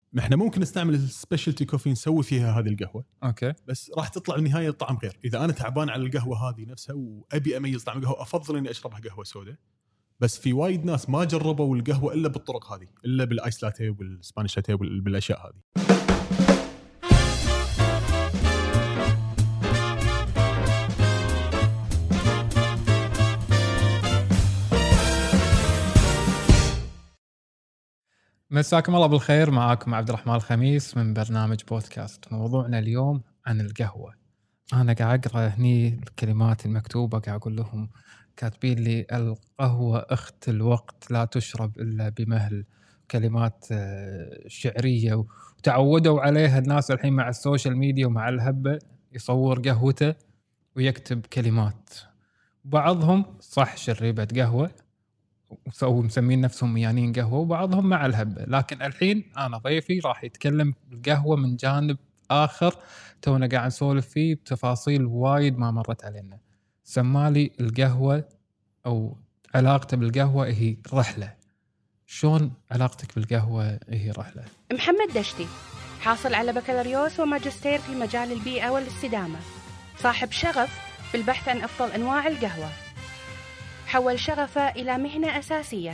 احنا ممكن نستعمل السبيشالتي كوفي نسوي فيها هذه القهوه اوكي بس راح تطلع النهايه طعم غير. اذا انا تعبان على القهوه هذه نفسها وابي اميز طعم القهوه افضل اني اشربها قهوه سوداء. بس في وايد ناس ما جربوا القهوه الا بالطرق هذه، الا بالايس لاتيه والسبانيش لاتيه بالاشياء هذه. مساكم الله بالخير. معاكم عبد الرحمن الخميس من برنامج بودكاست. موضوعنا اليوم عن القهوة. أنا قاعد أقرأ هني الكلمات المكتوبة، قاعد أقول لهم كاتبين لي القهوة أخت الوقت لا تشرب إلا بمهل. كلمات شعرية وتعودوا عليها الناس الحين مع السوشيال ميديا ومع الهبة، يصور قهوته ويكتب كلمات. بعضهم صح شريبة قهوة وسووا مسمين نفسهم ميانين قهوة، وبعضهم مع الهبة. لكن الحين أنا ضيفي راح يتكلم القهوة من جانب آخر تونا قاعد نسولف فيه بتفاصيل وايد ما مرت علينا. سمالي القهوة أو علاقته بالقهوة هي رحلة. شلون علاقتك بالقهوة هي رحلة؟ محمد دشتي حاصل على بكالوريوس وماجستير في مجال البيئة والاستدامة، صاحب شغف بالبحث عن أفضل أنواع القهوة، حول شغفه إلى مهنة أساسية.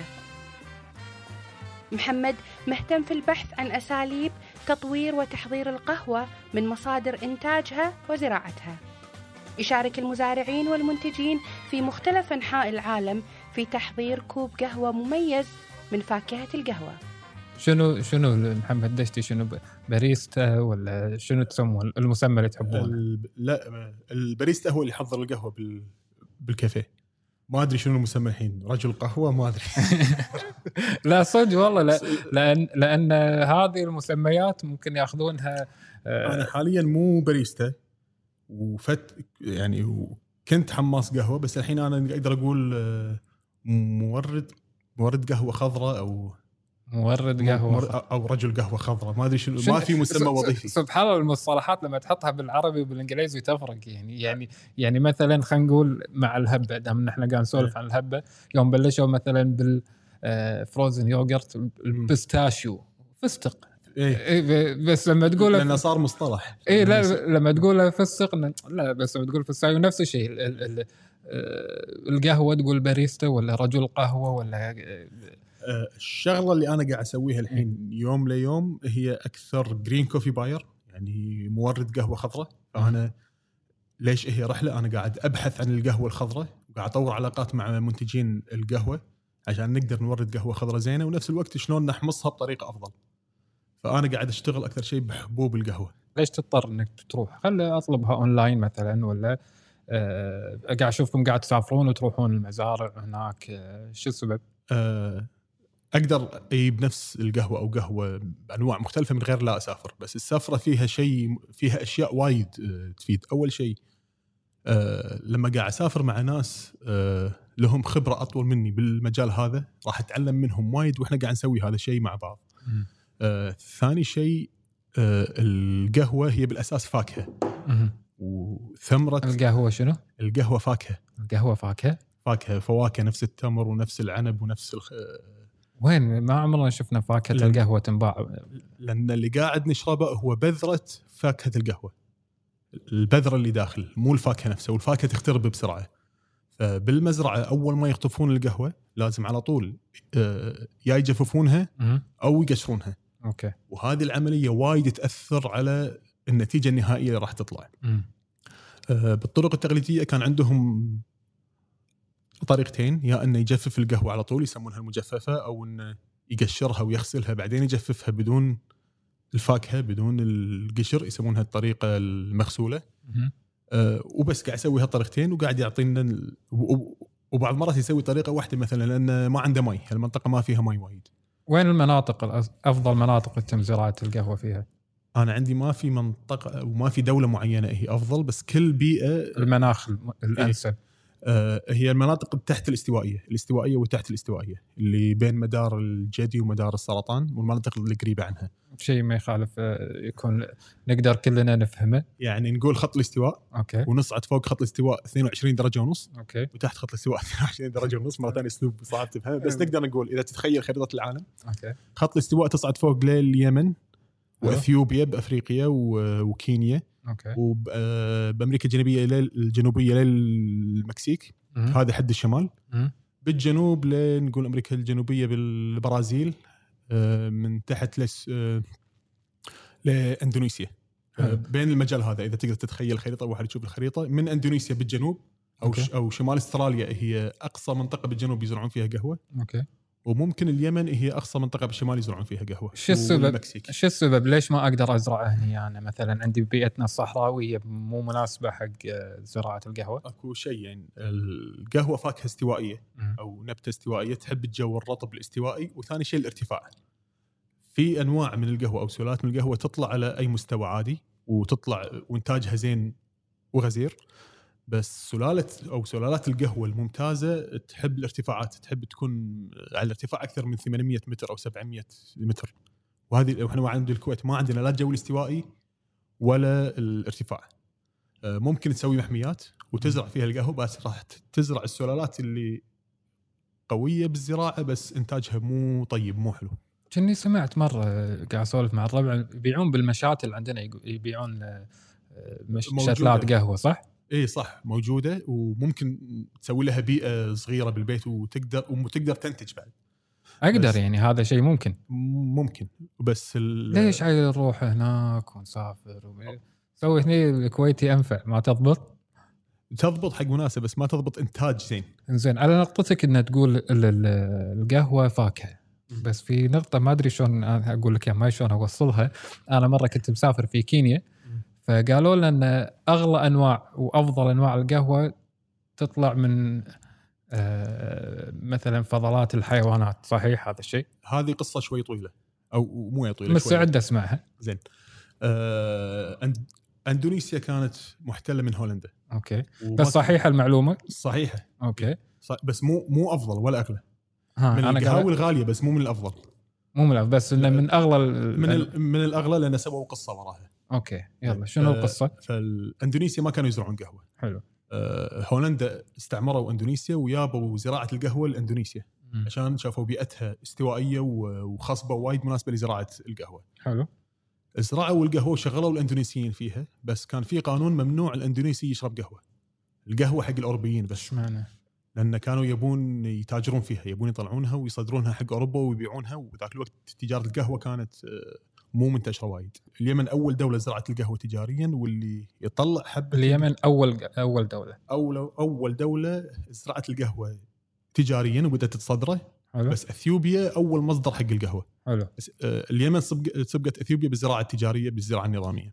محمد مهتم في البحث عن أساليب تطوير وتحضير القهوة من مصادر إنتاجها وزراعتها. يشارك المزارعين والمنتجين في مختلف أنحاء العالم في تحضير كوب قهوة مميز من فاكهة القهوة. شنو محمد دشتي؟ شنو باريستا ولا شنو تسمون المسمى اللي تحبونه؟ لا، الباريستا هو اللي يحضر القهوة بالكافيه. ما أدري شنو المسمى الحين، رجل قهوة ما أدري. لا صدق والله، لأن هذه المسميات ممكن يأخذونها. أنا حاليا مو باريستا يعني وكنت حماس قهوة، بس الحين أنا أقدر أقول مورد قهوة خضراء أو مورد قهوة أو رجل قهوة خضراء، ما أدري شنو. ما في مسمى وظيفي. سبحان الله، المصطلحات لما تحطها بالعربي وبالإنجليزي تفرق. يعني مثلا خلينا نقول مع الهبة، دام نحن قاعد نسولف عن الهبة، يوم بلشوا مثلا بالفروزن يوغرت البستاشيو فستق. إيه بس لما تقوله لأنه صار مصطلح. إيه لا، لما تقوله فستق لا، بس لما تقول فستاشيو نفس الشيء. القهوة تقول باريستا ولا رجل قهوة ولا الشغلة اللي أنا قاعد أسويها الحين يوم ليوم هي أكثر جرين كوفي باير، يعني مورد قهوة خضراء. فأنا ليش هي رحلة؟ أنا قاعد أبحث عن القهوة الخضراء وقاعد أطور علاقات مع منتجين القهوة عشان نقدر نورد قهوة خضراء زينة، ونفس الوقت شلون نحمصها بطريقة أفضل. فأنا قاعد أشتغل أكثر شيء بحبوب القهوة. ليش تضطر إنك تروح؟ خلي أطلبها أونلاين مثلا، ولا قاعد أشوفكم قاعد تسافرون وتروحون المزارع هناك. شو السبب؟ أقدر أجيب نفس القهوة أو قهوة بأنواع مختلفة من غير لا أسافر، بس السفرة فيها أشياء وايد تفيد. أول شيء لما قاعد أسافر مع ناس لهم خبرة أطول مني بالمجال هذا، راح أتعلم منهم وايد وإحنا قاعد نسوي هذا الشيء مع بعض. ثاني شيء القهوة هي بالأساس فاكهة، وثمرة القهوة شنو؟ القهوة فاكهة. القهوة فواكه نفس التمر ونفس العنب ونفس وين ما عمرنا شفنا فاكهة القهوة تنباع. لأن اللي قاعد نشربه هو بذرة فاكهة القهوة، البذرة اللي داخل، مو الفاكهة نفسها. والفاكهة تخترب بسرعة. فبالمزرعة أول ما يقطفون القهوة لازم على طول يا يجففونها أو يقشرونها. أوكي. وهذه العملية وايد تأثر على النتيجة النهائية اللي راح تطلع. بالطرق التقليدية كان عندهم طريقتين، يا أنه يجفف القهوة على طول يسمونها المجففة، أو أنه يقشرها ويغسلها بعدين يجففها بدون الفاكهة بدون القشر، يسمونها الطريقة المغسولة. وبس قاعد يسوي هالطريقتين وقاعد يعطينا وبعض مرات يسوي طريقة واحدة مثلا لأن ما عنده ماء، المنطقة ما فيها ماء وايد. وين المناطق أفضل مناطق تتم زراعة القهوة فيها؟ أنا عندي ما في منطقة وما في دولة معينة هي أفضل، بس كل بيئة المناخ الأنسب. هي المناطق تحت الاستوائية وتحت الاستوائية اللي بين مدار الجدي ومدار السرطان، والمناطق اللي قريبة عنها. شيء ما يخالف يكون نقدر كلنا نفهمه. يعني نقول خط الاستواء، أوكي، ونصعد فوق خط الاستواء 22 درجة ونص، أوكي، وتحت خط الاستواء 22 درجة ونص. مرة ثانية أسلوب صعب تفهمه، بس نقدر نقول إذا تتخيل خريطة العالم، أوكي، خط الاستواء تصعد فوق لليمن واثيوبيا بافريقيا وكينيا اوكي وبامريكا الجنوبيه للمكسيك. هذا حد الشمال. بالجنوب نقول امريكا الجنوبيه بالبرازيل، من تحت لاندونيسيا. بين المجال هذا اذا تقدر تتخيل الخريطه، واحد يشوف الخريطه من اندونيسيا بالجنوب او شمال استراليا هي اقصى منطقه بالجنوب يزرعون فيها قهوه. اوكي. وممكن اليمن هي اقصى منطقه بالشمال يزرعون فيها قهوه. شو السبب ليش ما اقدر ازرعها هنا؟ انا مثلا عندي بيئتنا الصحراويه مو مناسبه حق زراعه القهوه. اكو شيء يعني القهوه فاكهه استوائيه او نبته استوائيه تحب الجو الرطب الاستوائي. وثاني شيء الارتفاع. في انواع من القهوه او سلالات من القهوه تطلع على اي مستوى عادي وتطلع وانتاجها زين وغزير، بس سلالات القهوه الممتازه تحب الارتفاعات، تحب تكون على ارتفاع اكثر من 800 متر او 700 متر. وهذه احنا عند الكويت ما عندنا لا الجو الاستوائي ولا الارتفاع. ممكن تسوي محميات وتزرع فيها القهوه، بس راح تزرع السلالات اللي قويه بالزراعه بس انتاجها مو طيب مو حلو. كني سمعت مره قاعد اسولف مع الربع يبيعون بالمشاتل عندنا، يبيعون شتلات قهوه صح؟ اي صح موجوده، وممكن تسوي لها بيئه صغيره بالبيت وتقدر تنتج بعد. اقدر يعني هذا شيء ممكن بس ليش عايز نروح هناك ونسافر سوي هني الكويتي انفع ما تضبط حق مناسبه بس ما تضبط انتاج زين. على نقطتك ان تقول القهوه فاكهه، بس في نقطه ما ادري شلون اقول لك ما شلون اوصلها. انا مره كنت مسافر في كينيا فقالوا لنا ان اغلى انواع وافضل انواع القهوه تطلع من مثلا فضلات الحيوانات. صحيح هذا الشيء؟ هذه قصه شوي طويله او مو طويله مستعد اسمعها. زين. اندونيسيا كانت محتله من هولندا. اوكي بس صحيحه المعلومه؟ صحيحه. اوكي بس مو افضل ولا اغلى. من القهاوي الغاليه بس مو من الافضل. بس انه من اغلى من الاغلى لان سووا قصه وراها. اوكي يلا شنو القصه؟ فالاندونيسيا ما كانوا يزرعون قهوه. حلو. هولندا استعمروا اندونيسيا ويابوا زراعه القهوه لاندونيسيا عشان شافوا بيئتها استوائيه وخصبه وايد مناسبه لزراعه القهوه. حلو. زرعوا القهوه وشغلوا الاندونيسيين فيها، بس كان في قانون ممنوع الاندونيسي يشرب قهوه. القهوه حق الاوروبيين بس. معنى لان كانوا يبون يتاجرون فيها، يبون يطلعونها ويصدرونها حق اوروبا ويبيعونها. وذاك الوقت تجاره القهوه كانت مو منتشره وايد. اليمن اول دوله زرعت القهوه تجاريا، واللي يطلع حبه اليمن اول دوله اول دوله زرعت القهوه تجاريا وبدات تصدره. حلو. بس اثيوبيا اول مصدر حق القهوه. حلو. اليمن سبقت اثيوبيا بالزراعه التجاريه بالزراعه النظاميه.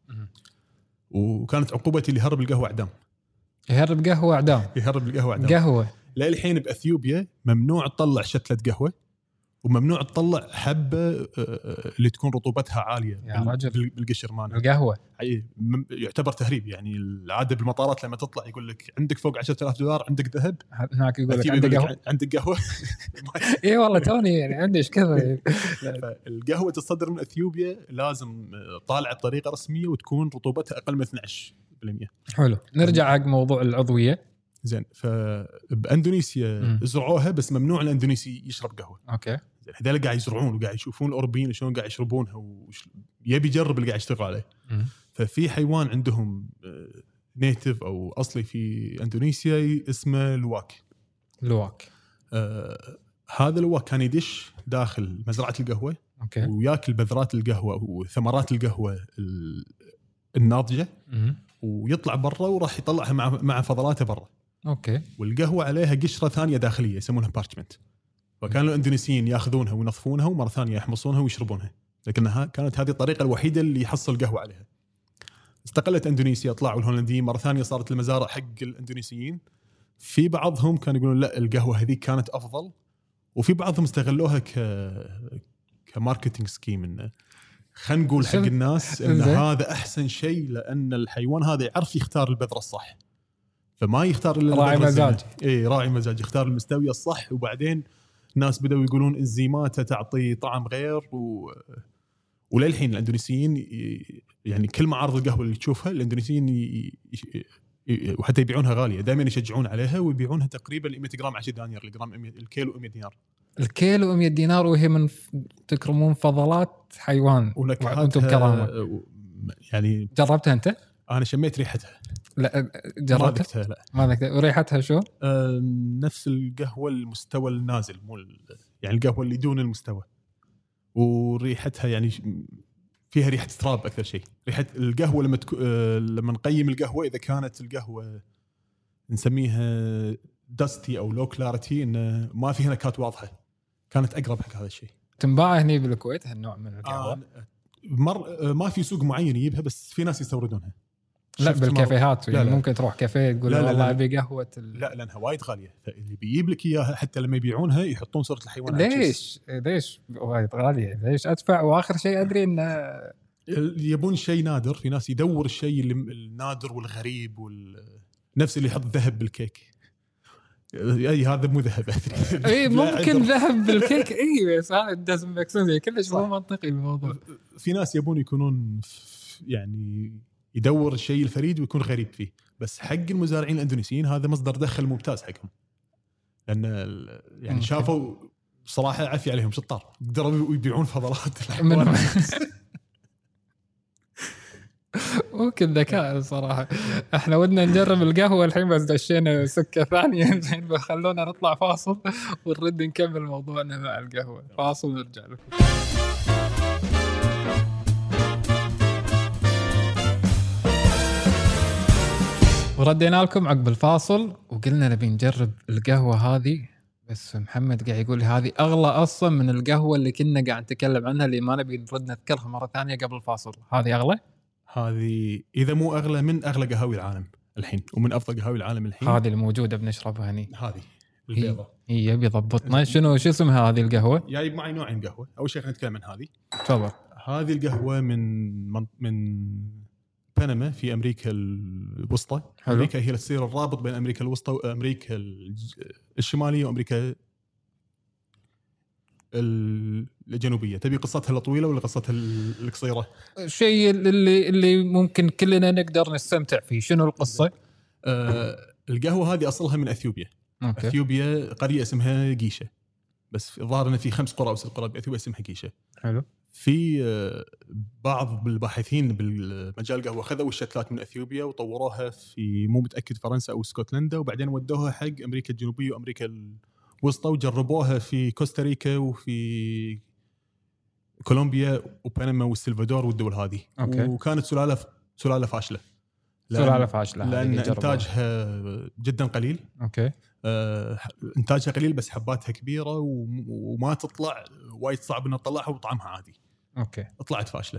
وكانت عقوبه اللي يهرب القهوه اعدام. يهرب القهوه اعدام. قهوه للحين باثيوبيا ممنوع تطلع شتله قهوه، وممنوع تطلع حبه اللي تكون رطوبتها عاليه بالقشر مالها. القهوه يعتبر تهريب. يعني العاده بالمطارات لما تطلع يقول لك عندك فوق $10,000 عندك ذهب، هناك يقول لك عندك قهوه. اي والله توني يعني عندي ايش كذا. القهوه تصدر من اثيوبيا لازم طالعه بطريقه رسميه وتكون رطوبتها اقل من 12%. حلو. نرجع حق موضوع العضويه. زين. فباندونيسيا زرعوها بس ممنوع الاندونيسي يشرب قهوه. اوكي. هذول قاعد يزرعون وقاعد يشوفون الاوروبيين شلون قاعد يشربونها يبي يجرب اللي قاعد يشتغل عليه. ففي حيوان عندهم نيتيف او اصلي في اندونيسيا اسمه لواك. هذا اللواك كان يدش داخل مزرعه القهوه. أوكي. وياكل بذرات القهوه وثمرات القهوه الناضجه. ويطلع برا وراح يطلعها مع فضلاته برا. اوكي. والقهوه عليها قشره ثانيه داخليه يسمونها بارشمنت. وكانوا الاندونيسيين ياخذونها وينظفونها ومره ثانيه يحمصونها ويشربونها، لكنها كانت هذه الطريقه الوحيده اللي يحصل قهوه عليها. استقلت اندونيسيا، طلعوا الهولنديين مره ثانيه، صارت المزارع حق الاندونيسيين. في بعضهم كانوا يقولون لا القهوه هذه كانت افضل، وفي بعضهم استغلوها كماركتينج سكيم، انه خلينا نقول حق الناس ان هذا احسن شيء، لان الحيوان هذا يعرف يختار البذره الصح، فما يختار الا راعي مزاج. راعي مزاج، يختار المستويه الصح. وبعدين الناس بدأوا يقولون انزيماته تعطي طعم غير وللحين الاندونيسيين يعني كل معارض القهوه اللي تشوفها الاندونيسيين وحتى يبيعونها غاليه، دائما يشجعون عليها ويبيعونها تقريبا 100 جرام $10 الجرام، الكيلو $100. الكيلو 100 دينار وهي من تكرمون فضلات حيوان وانتم بكرامه. يعني جربتها انت؟ انا شميت ريحتها. لا جربتها. لا ما ذقتها. وريحتها شو؟ نفس القهوه المستوى النازل، مو يعني القهوه اللي دون المستوى. وريحتها يعني فيها ريحه تراب اكثر شيء. ريحه القهوه لما نقيم القهوه، اذا كانت القهوه نسميها داستي او لو كلاريتي، انه ما فيها نكهات واضحه، كانت اقرب حق هذا الشيء. تنباع هني بالكويت هالنوع من القهوه؟ ما في سوق معين يجيبها، بس في ناس يستوردونها. لا بالكافيهات يعني. لا. ممكن تروح كافيه تقول والله ابي قهوه لا لانها وايد غاليه، فاللي بيجيب لك اياها حتى لما يبيعونها يحطون صوره الحيوان. ليش وايد غاليه؟ ليش ادفع واخر شيء ادري انه يبون شيء نادر؟ في ناس يدور الشيء النادر والغريب نفس اللي يحط ذهب بالكيك. اي هذا مو ذهب ادري. اي ممكن ذهب بالكيك. اي بس هذا دازم ميك سنس، كلش مو منطقي الموضوع. في ناس يبون يكونون يعني يدور الشيء الفريد ويكون غريب فيه. بس حق المزارعين الاندونيسيين هذا مصدر دخل ممتاز حقهم، لان يعني شافوا صراحه عافي عليهم شطار، قدروا يبيعون فضلات الحيوان. ممكن ذكاء صراحه. احنا ودنا نجرب القهوه الحين بس دشينا سكه ثانيه. الحين خلونا نطلع فاصل ونرد نكمل موضوعنا مع القهوه. فاصل ونرجع لكم. وردينا لكم عقب الفاصل وقلنا نبي نجرب القهوة هذه، بس محمد قاعد يقول لي هذه أغلى أصلا من القهوة اللي كنا قاعد نتكلم عنها اللي ما نبي نرد نذكرها مرة ثانية قبل الفاصل. هذه أغلى؟ هذه إذا مو أغلى من أغلى قهاوي العالم الحين، ومن أفضل قهاوي العالم الحين. هذه الموجودة بنشربها هني. هذه البيضة هي يبي ضبطنا شو اسمها هذه القهوة؟ جايب معي نوعين قهوة. أول شيء خلينا نتكلم عن هذه. تفضل. هذه القهوة من بنما في أمريكا الوسطى. حلو. أمريكا هي اللي تصير الرابط بين أمريكا الوسطى وأمريكا الشمالية وأمريكا الجنوبية. تبي قصتها الطويلة ولا قصتها القصيرة؟ شيء اللي ممكن كلنا نقدر نستمتع فيه. شنو القصة؟ القهوة هذه أصلها من أثيوبيا. أوكي. أثيوبيا قرية اسمها جيشة، بس الظاهر أن في 5 قرى أو 6 قرى بأثيوبيا اسمها جيشة. حلو. في بعض الباحثين بالمجال القهوة خذوا الشتلات من أثيوبيا وطوروها في مو متأكد فرنسا أو اسكتلندا، وبعدين ودوها حق أمريكا الجنوبية وأمريكا الوسطى، وجربوها في كوستاريكا وفي كولومبيا وبنما والسلفادور والدول هذه. أوكي. وكانت سلالة فاشلة. لأن إنتاجها جدا قليل. أوكي. إنتاجها قليل بس حباتها كبيرة وما تطلع وايد، صعب إن تطلعها وطعمها عادي. أوكي. طلعت فاشلة.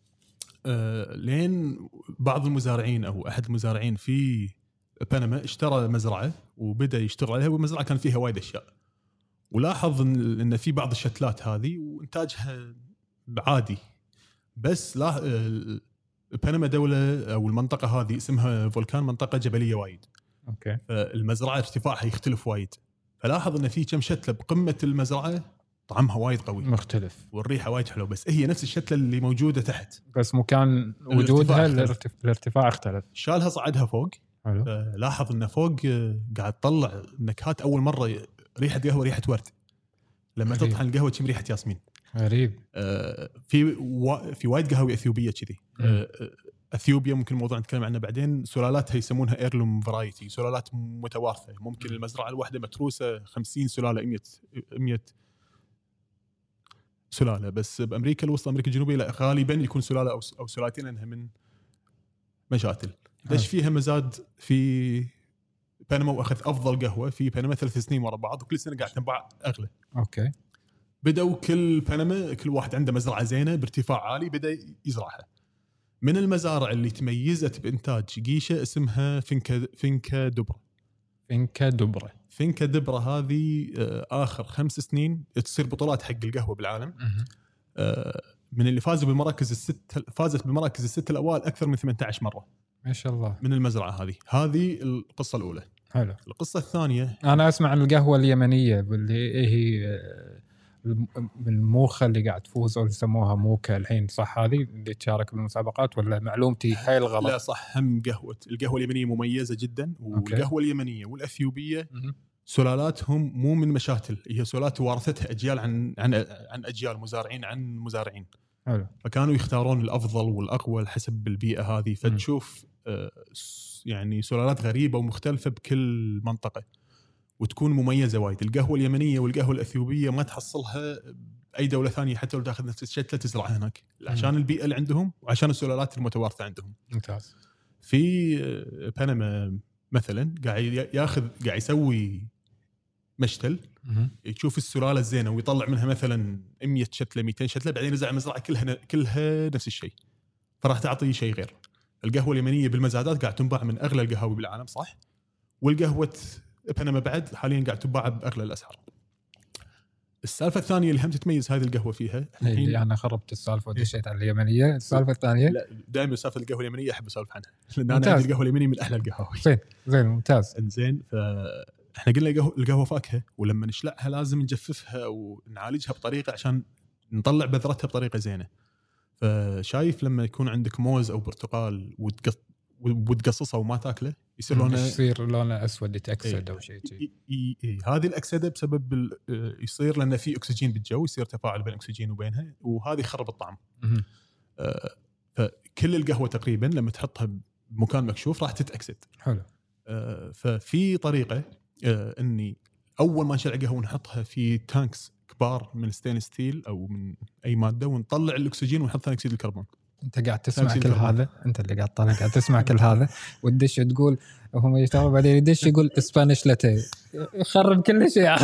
لين بعض المزارعين أو أحد المزارعين في بنما اشترى مزرعة وبدأ يشتغل عليها، والمزرعة كان فيها وايد أشياء، ولاحظ إن في بعض الشتلات هذه وإنتاجها عادي. بس بنما دولة أو المنطقة هذه اسمها فولكان، منطقة جبلية وايد. أوكي. المزرعة ارتفاعها يختلف وايد، فلاحظ إن في كم شتلة بقمة المزرعة طعمها وايد قوي مختلف والريحة وايد حلوة، بس هي نفس الشتلة اللي موجودة تحت، بس مكان وجودها الارتفاع اختلف. شالها صعدها فوق. حلو. لاحظ إن فوق قاعد تطلع نكهات أول مرة، ريحة قهوة، ريحة ورد. لما تطحن القهوة تشم ريحة ياسمين. غريب. في وايد قهوة أثيوبية كذي. أثيوبيا ممكن موضوع نتكلم عنه بعدين. سلالاتها يسمونها ايرلوم فرايتي، سلالات متوارثة. ممكن المزرعة الواحدة متروسة 50 سلالة 100 سلالة. بس بأمريكا الوسطى أمريكا الجنوبية لا، غالبا يكون سلالة أو سلالتين، لأنها من مشاتل. دش فيها مزاد في بنما وأخذ أفضل قهوة في بنما 3 سنين ورا بعض، وكل سنة قاعد تنباع أغلى. أوكي. بدأوا كل بنما كل واحد عنده مزرعة زينة بارتفاع عالي بدأ يزرعها. من المزارع اللي تميزت بإنتاج قيشة اسمها فينكا دبرة. هذه آخر 5 سنين تصير بطولات حق القهوة بالعالم. من اللي فازت بالمراكز الست الأوائل أكثر من 18 مرة. ما شاء الله. من المزرعة هذه القصة الأولى. حلو. القصة الثانية، أنا أسمع عن القهوة اليمنية اللي هي الموخة اللي قاعد تفوز، أو يسموها موكا الحين، صح؟ هذه اللي تشارك بالمسابقات ولا معلومتي هاي الغلط؟ لا صح. هم القهوة اليمنية مميزة جدا. والقهوة اليمنية والأثيوبية سلالاتهم مو من مشاتل، هي سلالات وارثتها اجيال عن اجيال، مزارعين عن مزارعين. حلو. فكانوا يختارون الافضل والاقوى حسب البيئه هذه. فتشوف يعني سلالات غريبه ومختلفه بكل منطقه وتكون مميزه وايد. القهوه اليمنيه والقهوه الاثيوبيه ما تحصلها باي دوله ثانيه، حتى لو تاخذ نفس الشتله تزرعها هناك، عشان البيئه اللي عندهم وعشان السلالات المتوارثه عندهم. ممتاز. في بنما مثلا قاعد يسوي مشتل، يشوف السلاله الزينه ويطلع منها مثلا 100 شتله 200 شتله، بعدين يزرع مزرعه كلها نفس الشيء، فراح تعطي شيء غير. القهوه اليمنيه بالمزادات قاعد تنباع من اغلى القهاوي بالعالم، صح؟ والقهوه بنما بعد حاليا قاعد تنباع باغلى الاسعار. السالفه الثانيه اللي هم تتميز هذه القهوه فيها، اللي انا خربت السالفه ودشيت على اليمنيه. السالفه الثانيه لا، دائما سالفه القهوه اليمنيه احب اسولف عنها، لان انا عندي القهوه اليمنيه من احلى القهاوي. زين ممتاز. انزين، فاحنا قلنا القهوه فاكهه، ولما نشلعها لازم نجففها ونعالجها بطريقه عشان نطلع بذرتها بطريقه زينه. فشايف لما يكون عندك موز او برتقال وتقصصه وما تاكله يصير لونه اسود يتاكسد او شيء. هذه الاكسده بسبب يصير لان في اكسجين بالجو، يصير تفاعل بين الاكسجين وبينها، وهذه يخرب الطعم. فكل القهوه تقريبا لما تحطها بمكان مكشوف راح تتاكسد. حلو. ففي طريقه اني اول ما نشرع قهوه نحطها في تانكس كبار من ستين ستيل او من اي ماده، ونطلع الاكسجين ونحط ثاني اكسيد الكربون. انت قاعد تسمع كل هذا، انت اللي قاعد تسمع كل هذا وتدش تقول هم يشتغلوا، بعدين يدش يقول اسبانيش لاتيه، يخرب كل شيء.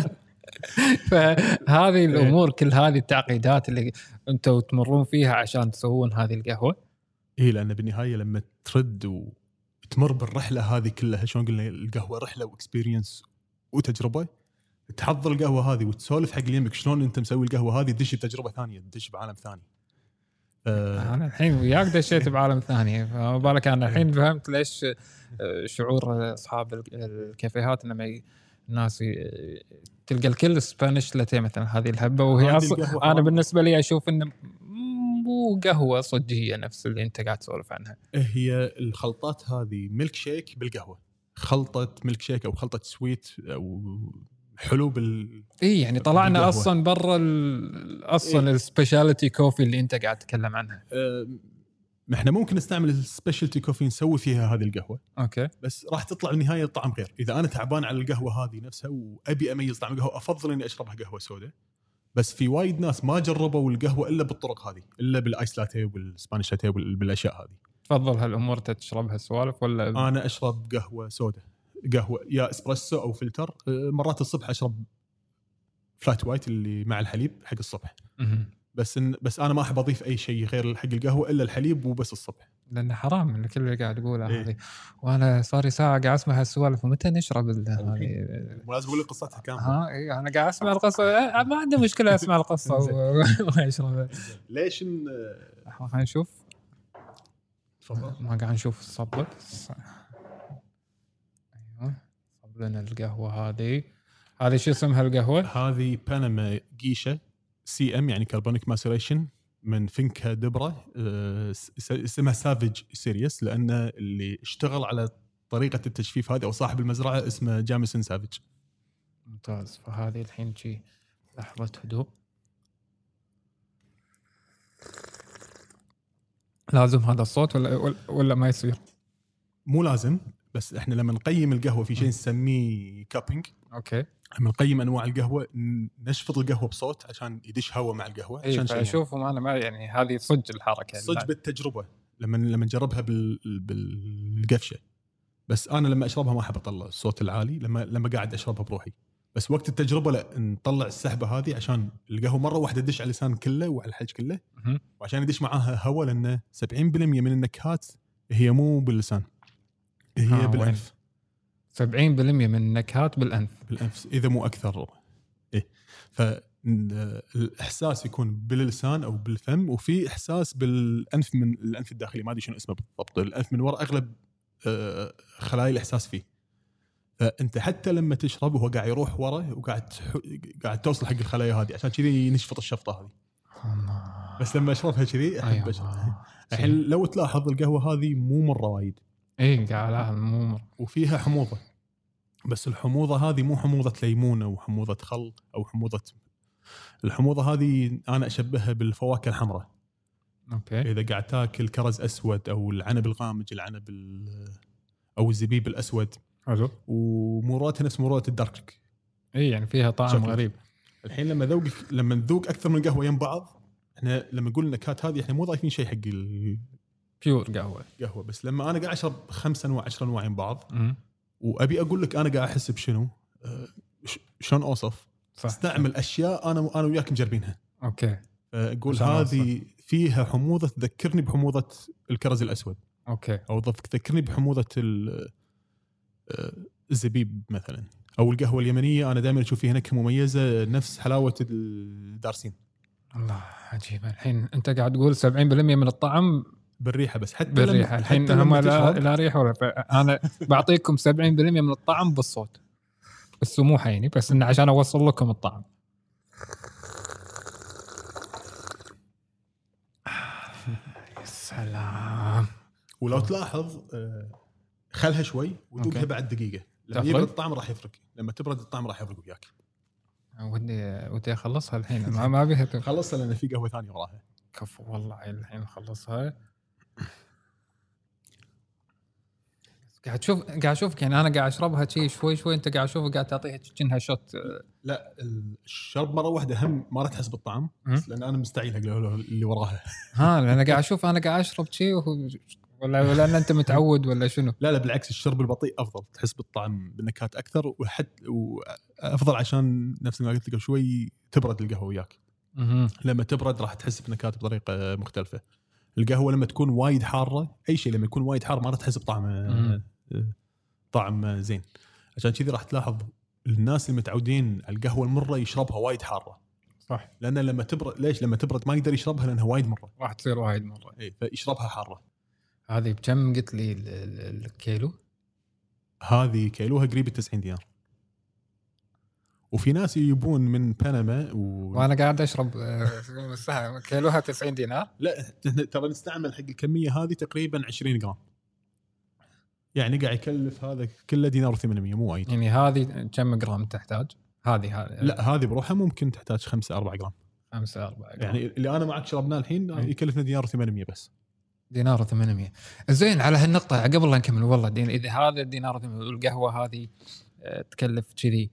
فهذه الامور، كل هذه التعقيدات اللي انتم تمرون فيها عشان تسوون هذه القهوه. لان بالنهايه لما ترد وتمر بالرحله هذه كلها، شلون قلنا القهوه رحله واكسبيرينس وتجربه، تحضر القهوه هذه وتسولف حق اللي يمك شلون انت مسوي القهوه هذه، تدش بتجربه ثانيه، تدش بعالم ثاني. أنا الحين وياك دشيت بعالم ثاني، فما بالك أنا الحين فهمت ليش شعور أصحاب الكافيهات لما الناس تلقى الكل سبانيش لاتيه مثلا، هذه الهبة. وهي أنا بالنسبة لي أشوف إنه مو قهوة صجية نفس اللي أنت قاعد تسولف عنها. هي الخلطات هذه ميلك شيك بالقهوة، خلطة ميلك شيك أو خلطة سويت أو حلو يعني طلعنا بالقهوة. اصلا برا اصلا السبيشاليتي كوفي اللي انت قاعد تتكلم عنها. احنا ممكن نستعمل السبيشاليتي كوفي نسوي فيها هذه القهوه، اوكي، بس راح تطلع بالنهايه الطعم غير. اذا انا تعبان على القهوه هذه نفسها وابي اميز طعم القهوه، افضل اني اشربها قهوه سوداء. بس في وايد ناس ما جربوا القهوه الا بالطرق هذه، الا بالايس لاتيه والسبانيش لاتيه بالاشياء هذه. تفضل هالامور تشربها سوالف ولا؟ انا اشرب قهوه سوداء، قهوه يا اسبريسو او فلتر. مرات الصبح اشرب فلات وايت اللي مع الحليب حق الصبح. بس انا ما احب اضيف اي شيء غير حق القهوه الا الحليب وبس الصبح، لان حرام من كل اللي قاعد اقوله هذه. وانا صار لي ساعه قاعد اسمع هالسوالف، ومتى نشرب هذه؟ مو لازم اقول لك قصتها كامله. انا قاعد اسمع القصه، ما عندي مشكله اسمع القصه واشربها. ليش خلينا نشوف. تفضل. ما قاعد نشوف الصبت. ايوه، صب لنا القهوه هذه شو اسمها القهوه؟ هذه بنما جيشة CM يعني كربونيك ماسيريشن من فينكا دبرة. اسمها سافيج سيريس لأن اللي اشتغل على طريقة التجفيف هذه أو صاحب المزرعة اسمه جاميسون سافيج. ممتاز. فهذه الحين شي لحظة هدوء. لازم هذا الصوت ولا ما يصير؟ مو لازم، بس احنا لما نقيم القهوة في شيء نسميه كابينج. اوكي. لما نقيم انواع القهوه نشفط القهوه بصوت عشان يدش هواء مع القهوه. عشان اشوفهم انا ما يعني هذه صج الحركه صج بالتجربه لما نجربها بالقفشه. بس انا لما اشربها ما احب اطلع الصوت العالي لما قاعد اشربها بروحي. بس وقت التجربه لا، نطلع السحبه هذه عشان القهوه مره واحده تدش على اللسان كله وعلى الحلج كله، وعشان يدش معاها هواء، لان 70% من النكهات هي مو باللسان، هي بالانف. 70% من النكهات بالأنف إذا مو أكثر. فالإحساس يكون باللسان أو بالفم، وفي إحساس بالأنف من الأنف الداخلي، ما أدري شنو اسمه بالضبط. الأنف من وراء أغلب خلايا الإحساس فيه. فأنت حتى لما تشرب وهو قاعد يروح وراء وقاعد توصل حق الخلايا هذه، عشان كذي نشفط الشفطة هذه. بس لما أشربها كذي أحب أشربها. الحين لو تلاحظ القهوة هذه مو مرة وايد. قاعد مو مرة، وفيها حموضة. بس الحموضه هذه مو حموضه ليمون او حموضه خل او حموضه. الحموضه هذه انا اشبهها بالفواكه الحمراء. اوكي. اذا قاعد تاكل كرز اسود او العنب الغامج، العنب او الزبيب الاسود، حلو. ومراتها نفس مرات الدارك. اي يعني فيها طعم شكل. غريب. الحين لما نذوق اكثر من قهوه يم بعض، احنا لما نقول النكهات هذه احنا مو ضايفين شيء حق بيور قهوه. بس لما انا قاعد اشرب 5 انواع 10 انواع يم بعض، وابي اقول لك انا قاعد احس بشنو، شلون اوصف؟ صح. استعمل اشياء انا وياك مجربينها. اوكي. اقول هذه فيها حموضه تذكرني بحموضه الكرز الاسود. اوكي. او تذكرني بحموضه الزبيب مثلا، او القهوه اليمنيه. انا دائما اشوف فيها نكهه مميزه نفس حلاوه الدارسين. الله عجيب. الحين انت قاعد تقول 70% من الطعم بالريحه، بس حتى بالريحه. الحين هم لا ريحه ولا انا بعطيكم 70% من الطعم بالصوت بالسموحه يعني، بس انه عشان اوصل لكم الطعم. يا سلام. ولو تلاحظ خلها شوي وذوقها بعد دقيقه. لما يبرد الطعم راح يفرق، لما تبرد الطعم راح يفرق وياك. ودي اخلصها الحين. ما بيها خلصها لان في قهوه ثانيه وراها. كفو والله الحين خلصها. قاعد اشوفك يعني انا قاعد اشربها شوي شوي، انت قاعد اشوفك قاعد تعطيها كأنها شوت. لا الشرب مره واحده هم ما راح تحس بالطعم، لان انا مستعيل اللي وراها. لان انا قاعد اشوف انا قاعد اشرب شيء ولا ان انت متعود ولا شنو؟ لا بالعكس، الشرب البطيء افضل، تحس بالطعم بالنكهات اكثر، وافضل عشان نفس ما قلت لك شوي تبرد القهوه وياك. لما تبرد راح تحس بنكهات بطريقه مختلفه. القهوه لما تكون وايد حاره، اي شيء لما يكون وايد حار ما راح تحس بطعم طعم زين. عشان كذي راح تلاحظ الناس اللي متعودين على القهوه المره يشربها وايد حاره. صح. لان لما تبرد، ليش لما تبرد ما يقدر يشربها لانها وايد مره، راح تصير وايد مره. اي فيشربها حاره. هذه بكم قلت لي الكيلو؟ هذه كيلوها قريب 90 دينار. وفي ناس يجيبون من بنما وانا قاعد اشرب كيلوها 90 دينار. لا ترى نستعمل حق الكميه هذه تقريبا 20 جرام، يعني قاعد يكلف هذا كله دينار و800 مو وايد. يعني هذه كم جرام تحتاج؟ هذه لا هذه بروحها ممكن تحتاج 5-4 جرام. 5-4 جرام. يعني اللي انا معك شربناه الحين يكلفنا دينار و800 بس. دينار و800. زين على هالنقطه قبل لا نكمل، والله اذا هذا الدينار والقهوه هذه تكلف كذي،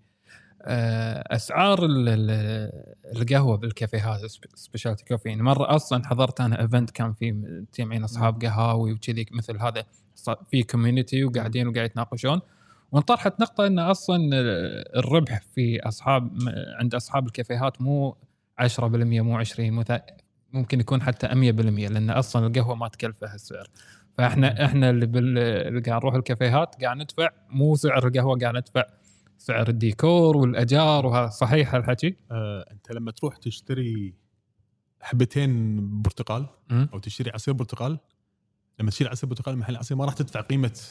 اسعار القهوه بالكافيهات سبيشالتي كوفي. يعني مره اصلا حضرت انا ايفنت كان فيه مجتمعين اصحاب قهاوي وكذي مثل هذا، في كوميونتي وقاعد يتناقشون، وانطرحت نقطه ان اصلا الربح في عند اصحاب الكافيهات مو 10% مو 20، ممكن يكون حتى 100%، لان اصلا القهوه ما تكلفها السعر. فاحنا اللي قاعد نروح الكافيهات قاعد ندفع مو سعر القهوه، قاعد ندفع سعر الديكور والأجار. وهذا صحيح هالحكي؟ أنت لما تروح تشتري حبتين برتقال أو تشتري عصير برتقال، لما تشتري عصير برتقال محل عصير ما راح تدفع قيمة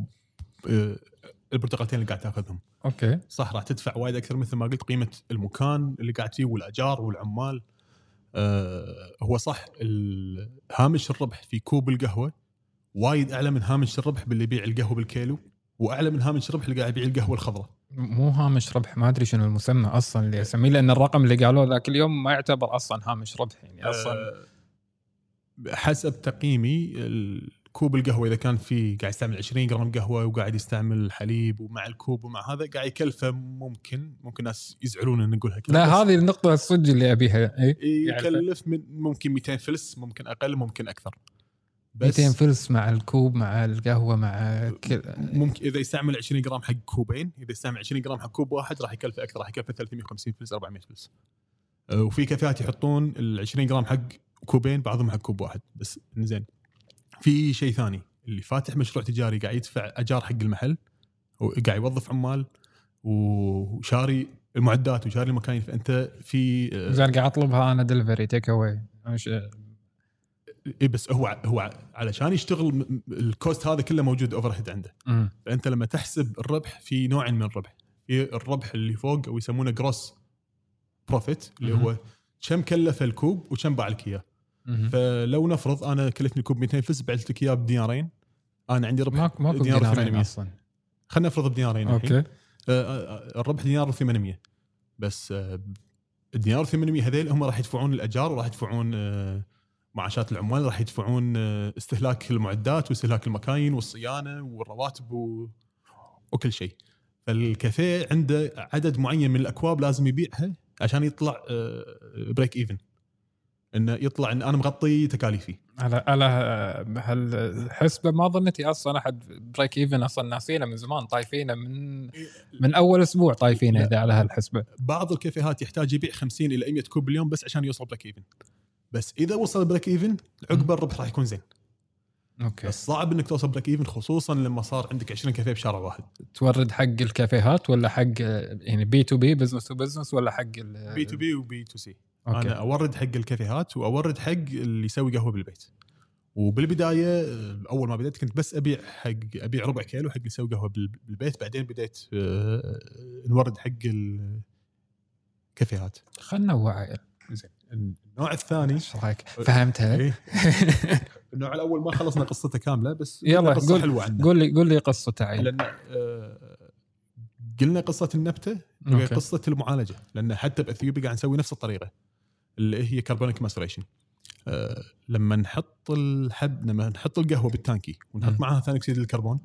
البرتقالتين اللي قاعد تاخذهم. أوكي. صح، راح تدفع وايد أكثر مثل ما قلت، قيمة المكان اللي قاعد فيه والأجار والعمال. هو صح هامش الربح في كوب القهوة وايد أعلى من هامش الربح باللي يبيع القهوة بالكيلو، وأعلى من هامش الربح اللي قاعد يبيع القهوة الخضراء. مو هامش ربح، ما أدري شنو المسمى أصلا اللي أسميه، لأن الرقم اللي قالوه ذاك اليوم ما يعتبر أصلا هامش ربح يعني أصلا. حسب تقييمي الكوب القهوة إذا كان فيه قاعد يستعمل 20 جرام قهوة وقاعد يستعمل حليب ومع الكوب ومع هذا قاعد يكلفه ممكن ناس يزعلون إن نقولها كذا. لا هذه النقطة الصدق اللي أبيها. يكلف من ممكن 200 فلس، ممكن أقل ممكن أكثر. 200 فلس مع الكوب مع القهوة مع ممكن إذا يستعمل 20 جرام حق كوبين، إذا يستعمل 20 جرام حق كوب واحد راح يكلف أكثر، راح يكلف 350 فلس 400 فلس. وفي كافيهات يحطون ال 20 جرام حق كوبين، بعضهم حق كوب واحد بس. زين، في شيء ثاني، اللي فاتح مشروع تجاري قاعد يدفع أجار حق المحل وقاعد يوظف عمال وشاري المعدات وشاري المكاين، فأنت في زين قاعد أطلبها أنا دليفري تيك أواي. إيه بس هو علشان يشتغل الكوست هذا كله موجود اوفرهيد عنده. فانت لما تحسب الربح في نوعين من الربح، في الربح اللي فوق او يسمونه جروس بروفيت اللي هو كم كلف الكوب وكم باع لك اياه. فلو نفرض انا كلفني كوب 200 فلس، بعت لك اياه بدينارين، انا عندي ربح دينار 800 اصلا. خلينا نفرض بدينارين. اوكي. الربح دينار و800 بس. الدينار و800 هذيل هم راح يدفعون الأجار وراح يدفعون معاشات العمال، راح يدفعون استهلاك المعدات واستهلاك المكاين والصيانة والرواتب وكل شيء. فالكافيه عنده عدد معين من الأكواب لازم يبيعها عشان يطلع بريك إيفن، إنه يطلع إن أنا مغطي تكاليفي. على هالحسبة ما ظنتي أصلا أحد بريك إيفن، أصلا ناسينا من زمان، طايفينه من أول أسبوع طايفينه إذا على هالحسبة. بعض الكافيهات يحتاج يبيع 50 إلى 100 كوب باليوم بس عشان يوصل بريك إيفن، بس إذا وصل بريك إيفن عقب الربح راح يكون زين. أوكي. بس صعب إنك توصل بريك إيفن خصوصا لما صار عندك 20 كافيه بشارع واحد. تورد حق الكافيهات ولا حق يعني بي تو بي بزنس تو بزنس ولا حق بي تو بي وبي تو سي؟ أوكي. أنا أورد حق الكافيهات وأورد حق اللي يسوي قهوة بالبيت. وبالبداية أول ما بدأت كنت بس أبيع ربع كيلو حق اللي يسوي قهوة بالبيت، بعدين بدأت نورد حق الكافيهات. خلنا نوعي. زين. النوع الثاني ايش رايك؟ فهمتها؟ إيه؟ النوع الأول ما خلصنا قصته كاملة بس يلا قصة حلوة عنه. قول لي قصته عيل. لأن قلنا قصة النبتة قصة المعالجة، لأن حتى بأثيوبيا قاعد نسوي نفس الطريقة اللي هي كربونيك ماسريشن. لما نحط لما نحط القهوة بالتانكي ونحط معها ثاني أكسيد الكربون.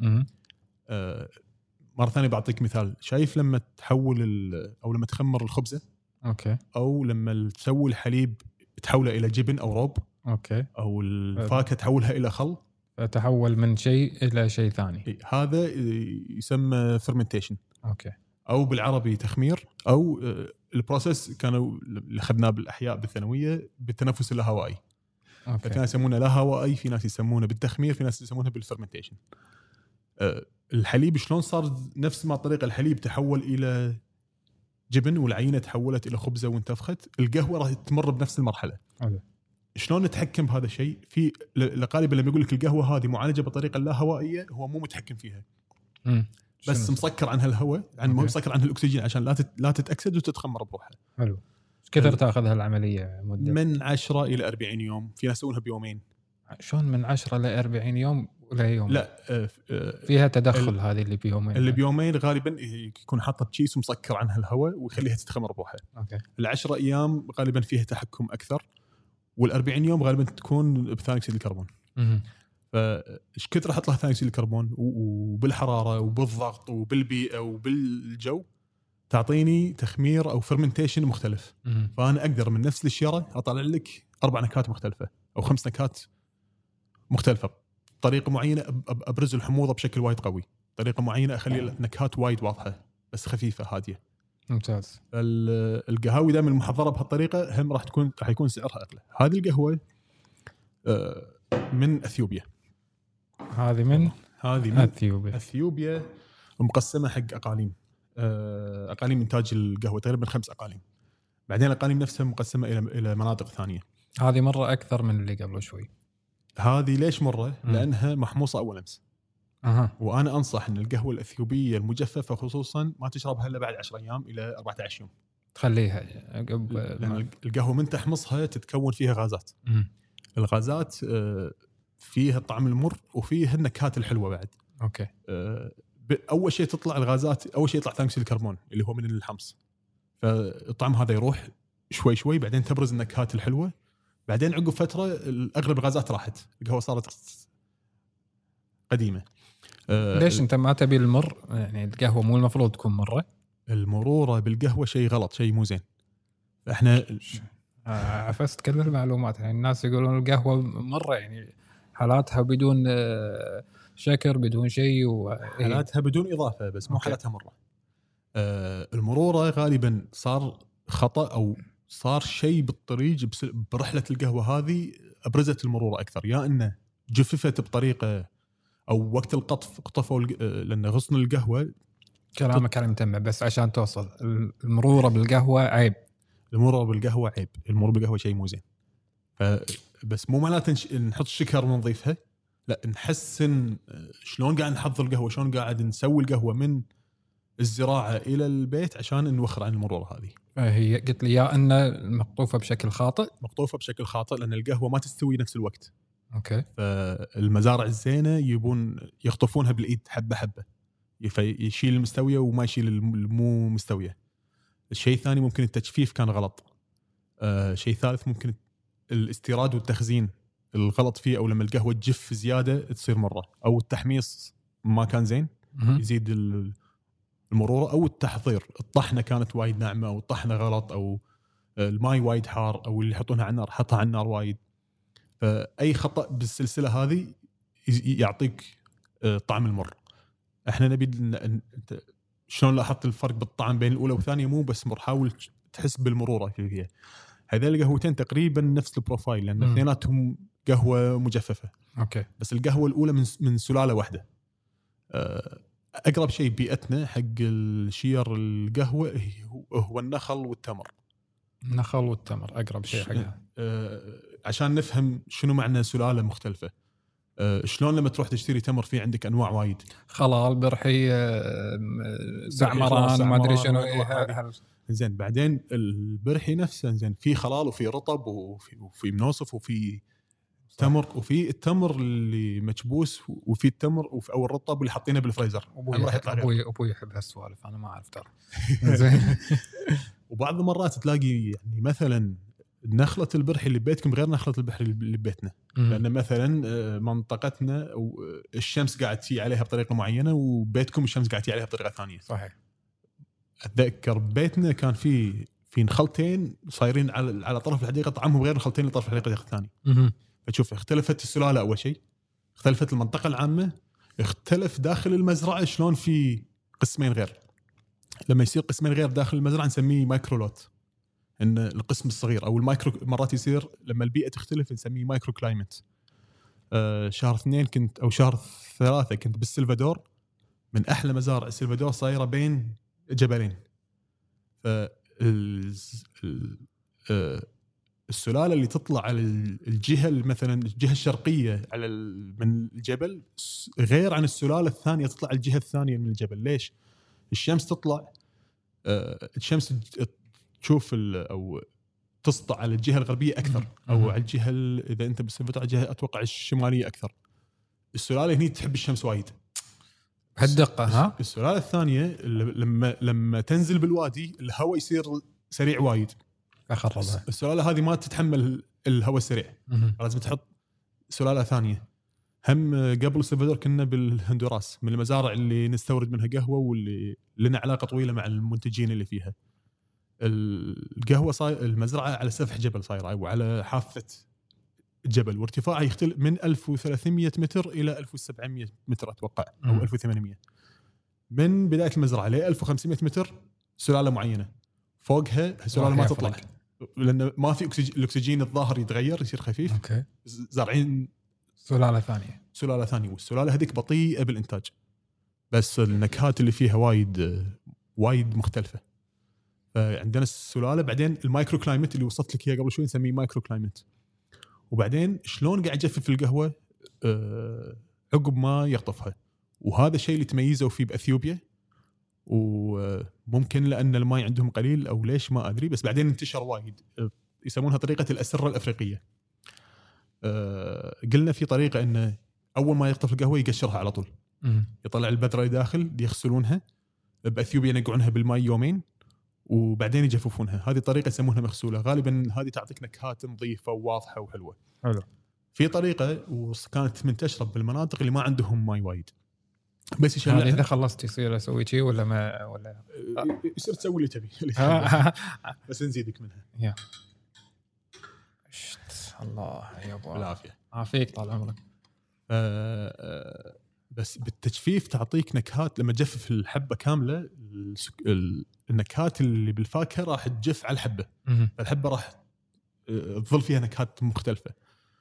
مرة ثانية بعطيك مثال. شايف لما تحول أو لما تخمر الخبزة، أوكي، أو لما تسوي الحليب تحوله إلى جبن أو روب، أوكي، أو الفاكهة تحولها إلى خل، تحول من شيء إلى شيء ثاني. هذا يسمى fermentation. أوكي. أو بالعربي تخمير، أو البروسيس كانوا اللي أخذناه بالأحياء بالثانوية بالتنفس اللاهوائي. في ناس يسمونه لا هوائي، في ناس يسمونه بالتخمير، في ناس يسمونه بالفرمنتيشن. الحليب شلون صار نفس ما طريقة الحليب تحول إلى جبن والعينة تحولت إلى خبزة وانتفخت، القهوة راح تمر بنفس المرحلة. شلون نتحكم بهذا الشيء؟ في غالبا لما يقول لك القهوة هذه معالجة بطريقة لا هوائية، هو مو متحكم فيها، بس مسكر عنها الهواء، عن مو مسكر عنها الأكسجين عشان لا تتأكسد وتتخمر بروحها. حلو. كثر تأخذ هالعملية مدة؟ من 10 إلى 40 يوم، في ناس يسوونها بيومين. شلون من 10 ل 40 يوم ولا يوم؟ لا فيها تدخل هذه اللي بيومين. اللي بيومين غالبا يكون حاطه بشيس ومسكر عنها الهواء ويخليها تتخمر بروحها. اوكي. ال10 ايام غالبا فيها تحكم اكثر، وال40 يوم غالبا تكون بثاني اكسيد الكربون. فايش كثر احط لها ثاني اكسيد الكربون وبالحراره وبالضغط وبالبيئه وبالجو تعطيني تخمير او فرمنتيشن مختلف. فانا اقدر من نفس الشيره اطلع لك 4 نكهات مختلفه او 5 نكهات مختلفه، طريقه معينه ابرز الحموضه بشكل وايد قوي، طريقه معينه اخلي النكهات وايد واضحه بس خفيفه هاديه. ممتاز. القهاوي دائما المحضره بهالطريقه هم راح يكون سعرها اغلى. هذه القهوه من اثيوبيا. هذه من اثيوبيا مقسمه حق اقاليم انتاج القهوه، تقريبا 5 اقاليم. بعدين الاقاليم نفسها مقسمه الى مناطق ثانيه. هذه مره اكثر من اللي قبل شوي. هذه ليش مره؟ لانها محموصه اول امس. وانا انصح ان القهوه الاثيوبيه المجففه خصوصا ما تشربها الا بعد 10 ايام الى 14 يوم. تخليها لان القهوه من تحمصها تتكون فيها غازات. الغازات فيها الطعم المر وفيها النكهات الحلوه بعد. اوكي. اول شيء تطلع الغازات، اول شيء يطلع ثاني اكسيد الكربون اللي هو من الحمص، فالطعم هذا يروح شوي شوي، بعدين تبرز النكهات الحلوه، بعدين عقب فتره اغلب الغازات راحت، القهوه صارت قديمه. ليش انت ما تبي المر؟ يعني القهوه مو المفروض تكون مره؟ المروره بالقهوه شيء غلط، شيء مو زين. احنا عفست كل المعلومات. يعني الناس يقولون القهوه مره، يعني حالاتها بدون شكر بدون شيء حالاتها بدون اضافه، بس مو حالتها مره. المروره غالبا صار خطا او صار شيء بالطريق برحله القهوه هذه ابرزت المروره اكثر، يا انه جففت بطريقه او وقت القطف قطفوا لان غصن القهوه. كلامك على متمع، بس عشان توصل المروره بالقهوه عيب. المروره بالقهوه عيب، المروره بالقهوه شيء مو زين. بس مو معناته نحط الشكر ونضيفها، لا، نحسن شلون قاعد نحضر القهوه، شلون قاعد نسوي القهوه من الزراعه الى البيت عشان نوخر عن المروره هذه. هي قلت لي يا ان مقطوفه بشكل خاطئ، لان القهوه ما تستوي نفس الوقت. اوكي. فالمزارع الزينه يبون يخطفونها بالايد حبه حبه، يشيل المستويه وما يشيل المو مستويه. الشيء الثاني ممكن التجفيف كان غلط. شيء ثالث ممكن الاستيراد والتخزين الغلط فيه، او لما القهوه تجف زياده تصير مره، او التحميص ما كان زين يزيد المروره، او التحضير الطحنه كانت وايد ناعمه، او الطحنه غلط، او الماي وايد حار، او اللي يحطونها على النار حطها على النار وايد. فاي خطا بالسلسله هذه يعطيك طعم المر. احنا نبي شلون لاحظت الفرق بالطعم بين الاولى والثانيه؟ مو بس مر، حاول تحس بالمروره فيها. هذول القهوتين تقريبا نفس البروفايل، لان اثنيناتهم قهوه مجففه. اوكي. بس القهوه الاولى من سلاله واحده. اقرب شيء بيئتنا حق الشير القهوه هو النخل والتمر. النخل والتمر اقرب شيء حقها. عشان نفهم شنو معنى سلاله مختلفه. شلون لما تروح تشتري تمر في عندك انواع وايد، خلال، برحي، زعمران، ما ادري شنو. زين بعدين البرحي نفسه زين في خلال وفي رطب وفي منوصف وفي تمر، وفي التمر اللي مكبوس، وفي التمر او الرطب اللي حاطينه بالفريزر. ابوي يحب هالسوالف، انا ما اعرف ترى. زين. وبعض المرات تلاقي يعني مثلا نخلة البرحي اللي ببيتكم غير نخلة البرحي اللي ببيتنا، لأن مثلا منطقتنا الشمس قاعد تي عليها بطريقة معينة، وبيتكم الشمس قاعد تي عليها بطريقة ثانية. صحيح. أتذكر بيتنا كان في نخلتين صايرين على طرف الحديقة طعمهم غير النخلتين اللي طرف الحديقة الثاني. فتشوف اختلفت السلالة أول شيء، اختلفت المنطقة العامة، اختلف داخل المزرعة شلون في قسمين غير. لما يصير قسمين غير داخل المزرعة نسميه مايكرولوت، ان القسم الصغير او المايكرو. مرات يصير لما البيئه تختلف نسميه مايكرو كلايمت. شهر 2 كنت او شهر 3 كنت بالسلفادور، من احلى مزارع السلفادور صايره بين جبلين. السلاله اللي تطلع على الجهه مثلا الجهه الشرقيه على من الجبل غير عن السلاله الثانيه تطلع على الجهه الثانيه من الجبل. ليش؟ الشمس تطلع، الشمس تشوف او تسطع على الجهه الغربيه اكثر، او على الجهه اذا انت بالسلفادور على الجهه اتوقع الشماليه اكثر. السلاله هني تحب الشمس وايد بهالدقه. ها السلاله الثانيه لما تنزل بالوادي الهواء يصير سريع وايد، اخربها. السلاله هذه ما تتحمل الهواء السريع، لازم تحط سلاله ثانيه. هم قبل السلفادور كنا بالهندوراس، من المزارع اللي نستورد منها قهوه واللي لنا علاقه طويله مع المنتجين اللي فيها. القهوه المزرعه على سفح جبل صايره، او على حافه الجبل، وارتفاعها يختلف من 1300 متر الى 1700 متر اتوقع، او 1800. من بدايه المزرعه ل 1500 متر سلاله معينه، فوقها السلاله ما تطلع لان ما في الاكسجين الظاهر يتغير يصير خفيف. اوكي. زارعين سلاله ثانيه، والسلاله هذيك بطيئه بالانتاج، بس النكهات اللي فيها وايد مختلفه. عندنا السلاله، بعدين المايكرو كلايمت اللي وصلت لك اياه قبل شوي نسميه مايكرو كلايمت. وبعدين شلون قاعد يجفف القهوه عقب ما يقطفها، وهذا الشيء اللي تميزوا فيه باثيوبيا، وممكن لان الماء عندهم قليل او ليش ما ادري، بس بعدين انتشر وايد. يسمونها طريقه الاسره الافريقيه. قلنا في طريقه انه اول ما يقطف القهوه يقشرها على طول، يطلع البذره داخل يغسلونها، باثيوبيا ينقعونها بالماء يومين وبعدين يجففونها. هذه طريقه يسمونها مغسوله، غالبا هذه تعطيك نكهات نظيفه وواضحه وحلوه. حلو. في طريقه وكانت منتشره بالمناطق اللي ما عندهم ماء وايد، بس يشيلها. اذا خلصت يصير اسوي شيء ولا ما ولا يصير تسوي اللي تبي بس نزيدك منها. يا الله يا ابو بالعافيه. عافيك طال عمرك. بس بالتجفيف تعطيك نكهات. لما تجفف الحبه كامله النكهات اللي بالفاكهه راح تجف على الحبه، فالحبه راح تظل فيها نكهات مختلفه.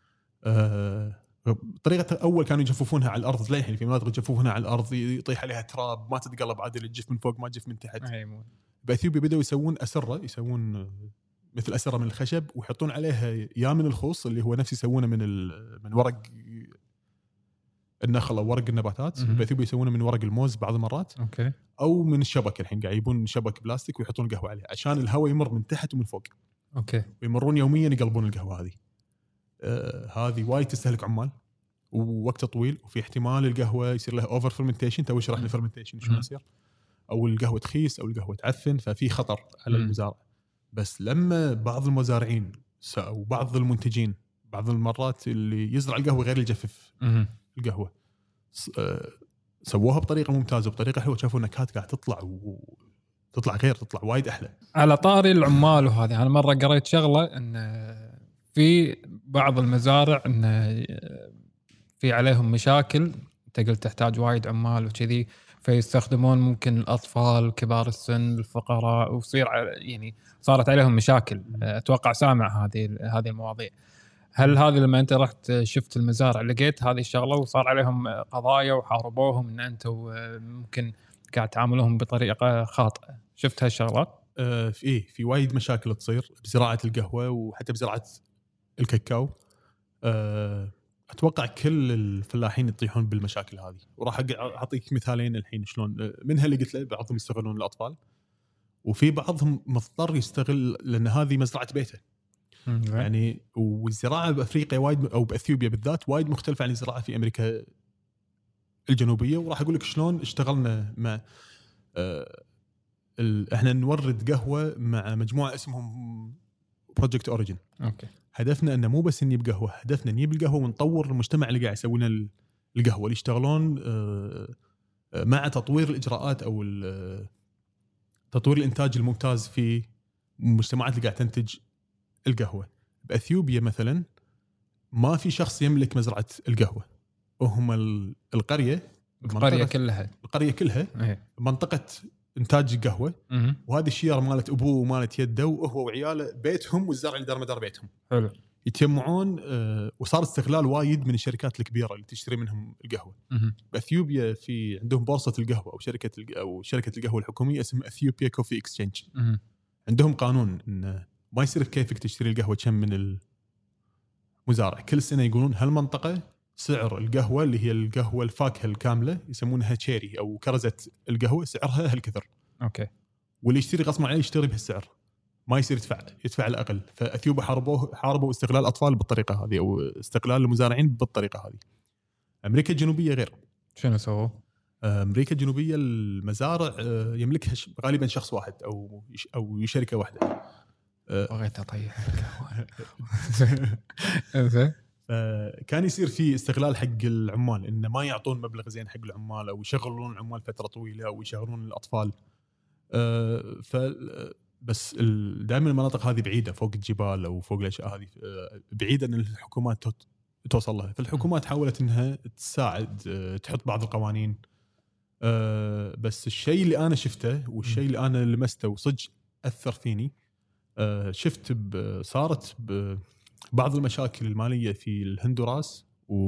طريقه اول كانوا يجففونها على الارض، للحين في مناطق يجففونها على الارض يطيح عليها تراب، ما تتقلب عادل، تجف من فوق ما تجف من تحت. باثيوبيا بدأوا يسوون اسره، يسوون مثل اسره من الخشب ويحطون عليها يا من الخوص اللي هو نفس يسوونه من ورق النخل او ورق النباتات. باثيوبيا يسوونه من ورق الموز بعض المرات. اوكي. او من الشبك، الحين قاعد يجيبون شبك بلاستيك ويحطون القهوه عليه عشان الهواء يمر من تحت ومن فوق. اوكي. ويمرون يوميا يقلبون القهوه هذه. هذه وايد تستهلك عمال ووقته طويل، وفي احتمال القهوه يصير لها اوفر فيرمنتيشن. تو شرحنا الفيرمنتيشن شلون يصير، او القهوه تخيس او القهوه تعفن، ففي خطر على المزارع. بس لما بعض المزارعين او بعض المنتجين بعض المرات اللي يزرع القهوه غير اللي يجفف القهوه سووها بطريقه ممتازه وبطريقه حلوه، شافوا النكهات قاعد تطلع غير، تطلع وايد احلى. على طاري العمال وهذه، انا مره قريت شغله ان في بعض المزارع ان في عليهم مشاكل، انت قلت تحتاج وايد عمال وكذي، فيستخدمون ممكن الاطفال، كبار السن، الفقراء، ويصير يعني صارت عليهم مشاكل. اتوقع سامع هذه المواضيع. هل هذه لما انت رحت شفت المزارع لقيت هذه الشغله وصار عليهم قضايا وحاربوهم ان انتم ممكن قاعد تعاملوهم بطريقه خاطئه؟ شفت هالشغلات؟ في وايد مشاكل تصير بزراعه القهوه وحتى بزراعه الكاكاو. اتوقع كل الفلاحين يطيحون بالمشاكل هذه، وراح اعطيك مثالين الحين شلون. منها اللي قلت له بعضهم يستغلون الاطفال، وفي بعضهم مضطر يستغل لان هذه مزرعه بيته. يعني والزراعه بافريقيا وايد او باثيوبيا بالذات وايد مختلفه عن الزراعه في امريكا الجنوبيه. وراح اقول لك شلون اشتغلنا مع احنا نورد قهوه مع مجموعه اسمهم بروجكت اوريجن. اوكي. هدفنا انه مو بس نجيب قهوه، هدفنا نجيب القهوه ونطور المجتمع اللي قاعد يسوي لنا القهوه، اللي يشتغلون مع تطوير الاجراءات او تطوير الانتاج الممتاز في المجتمعات اللي قاعد تنتج القهوه. باثيوبيا مثلا ما في شخص يملك مزرعه القهوه، وهم القريه كلها منطقه انتاج القهوه، وهذه الشيره مالت ابوه ومالت يده وهو وعياله بيتهم، والزرع اللي دار مدار بيتهم. حلو. يتجمعون وصار استغلال وايد من الشركات الكبيره اللي تشتري منهم القهوه. باثيوبيا في عندهم بورصه القهوه او شركه القهوه الحكوميه اسمها اثيوبيا كوفي اكسشينج. عندهم قانون انه ما يصير بكيفك تشتري القهوه كم من المزارع. كل سنه يقولون هالمنطقه سعر القهوه اللي هي القهوه الفاكهه الكامله يسمونها تشيري او كرزه القهوه سعرها هالكثر. اوكي. واللي يشتري غصب عنه يشتري بهالسعر، ما يصير يدفع الاقل. فاثيوبيا حاربوا استغلال الاطفال بالطريقه هذه او استغلال المزارعين بالطريقه هذه. امريكا الجنوبيه غير. شنو سووا؟ امريكا الجنوبيه المزارع يملكها غالبا شخص واحد او شركه واحده. بغيت اطيح القهوه. كان يصير في استغلال حق العمال، إن ما يعطون مبلغ زين حق العمال أو يشغلون العمال فترة طويلة أو يشغلون الأطفال. بس دائما المناطق هذه بعيدة فوق الجبال أو فوق الأشياء هذه، بعيدة أن الحكومات توصل لها. فالحكومات حاولت أنها تساعد، تحط بعض القوانين. بس الشيء اللي أنا شفته والشيء اللي أنا لمسته وصدق أثر فيني، شفت صارت بعض المشاكل المالية في الهندوراس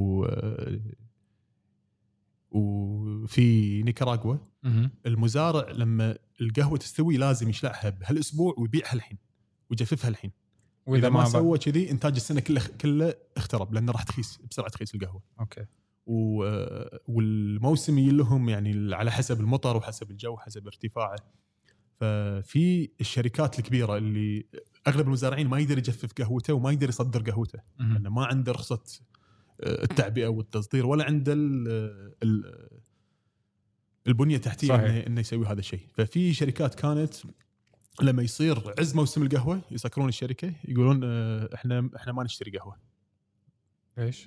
وفي نيكاراغوا. المزارع لما القهوة تستوي لازم يشلعها بهالأسبوع ويبيعها الحين ويجففها الحين، وإذا ما سوى كذي إنتاج السنة كله اخترب، لأنه راح بسرعة تخيس القهوة. أوكي. والموسم يلهم يعني على حسب المطر وحسب الجو حسب ارتفاعه. ففي الشركات الكبيرة اللي أغلب المزارعين ما يقدر يجفف قهوته وما يقدر يصدر قهوته، لأنه ما عنده رخصة التعبئة والتصدير ولا عنده البنية التحتية إنه يسوي هذا الشيء. ففي شركات كانت لما يصير عز موسم القهوة يسكرون الشركة، يقولون إحنا ما نشتري قهوة. إيش؟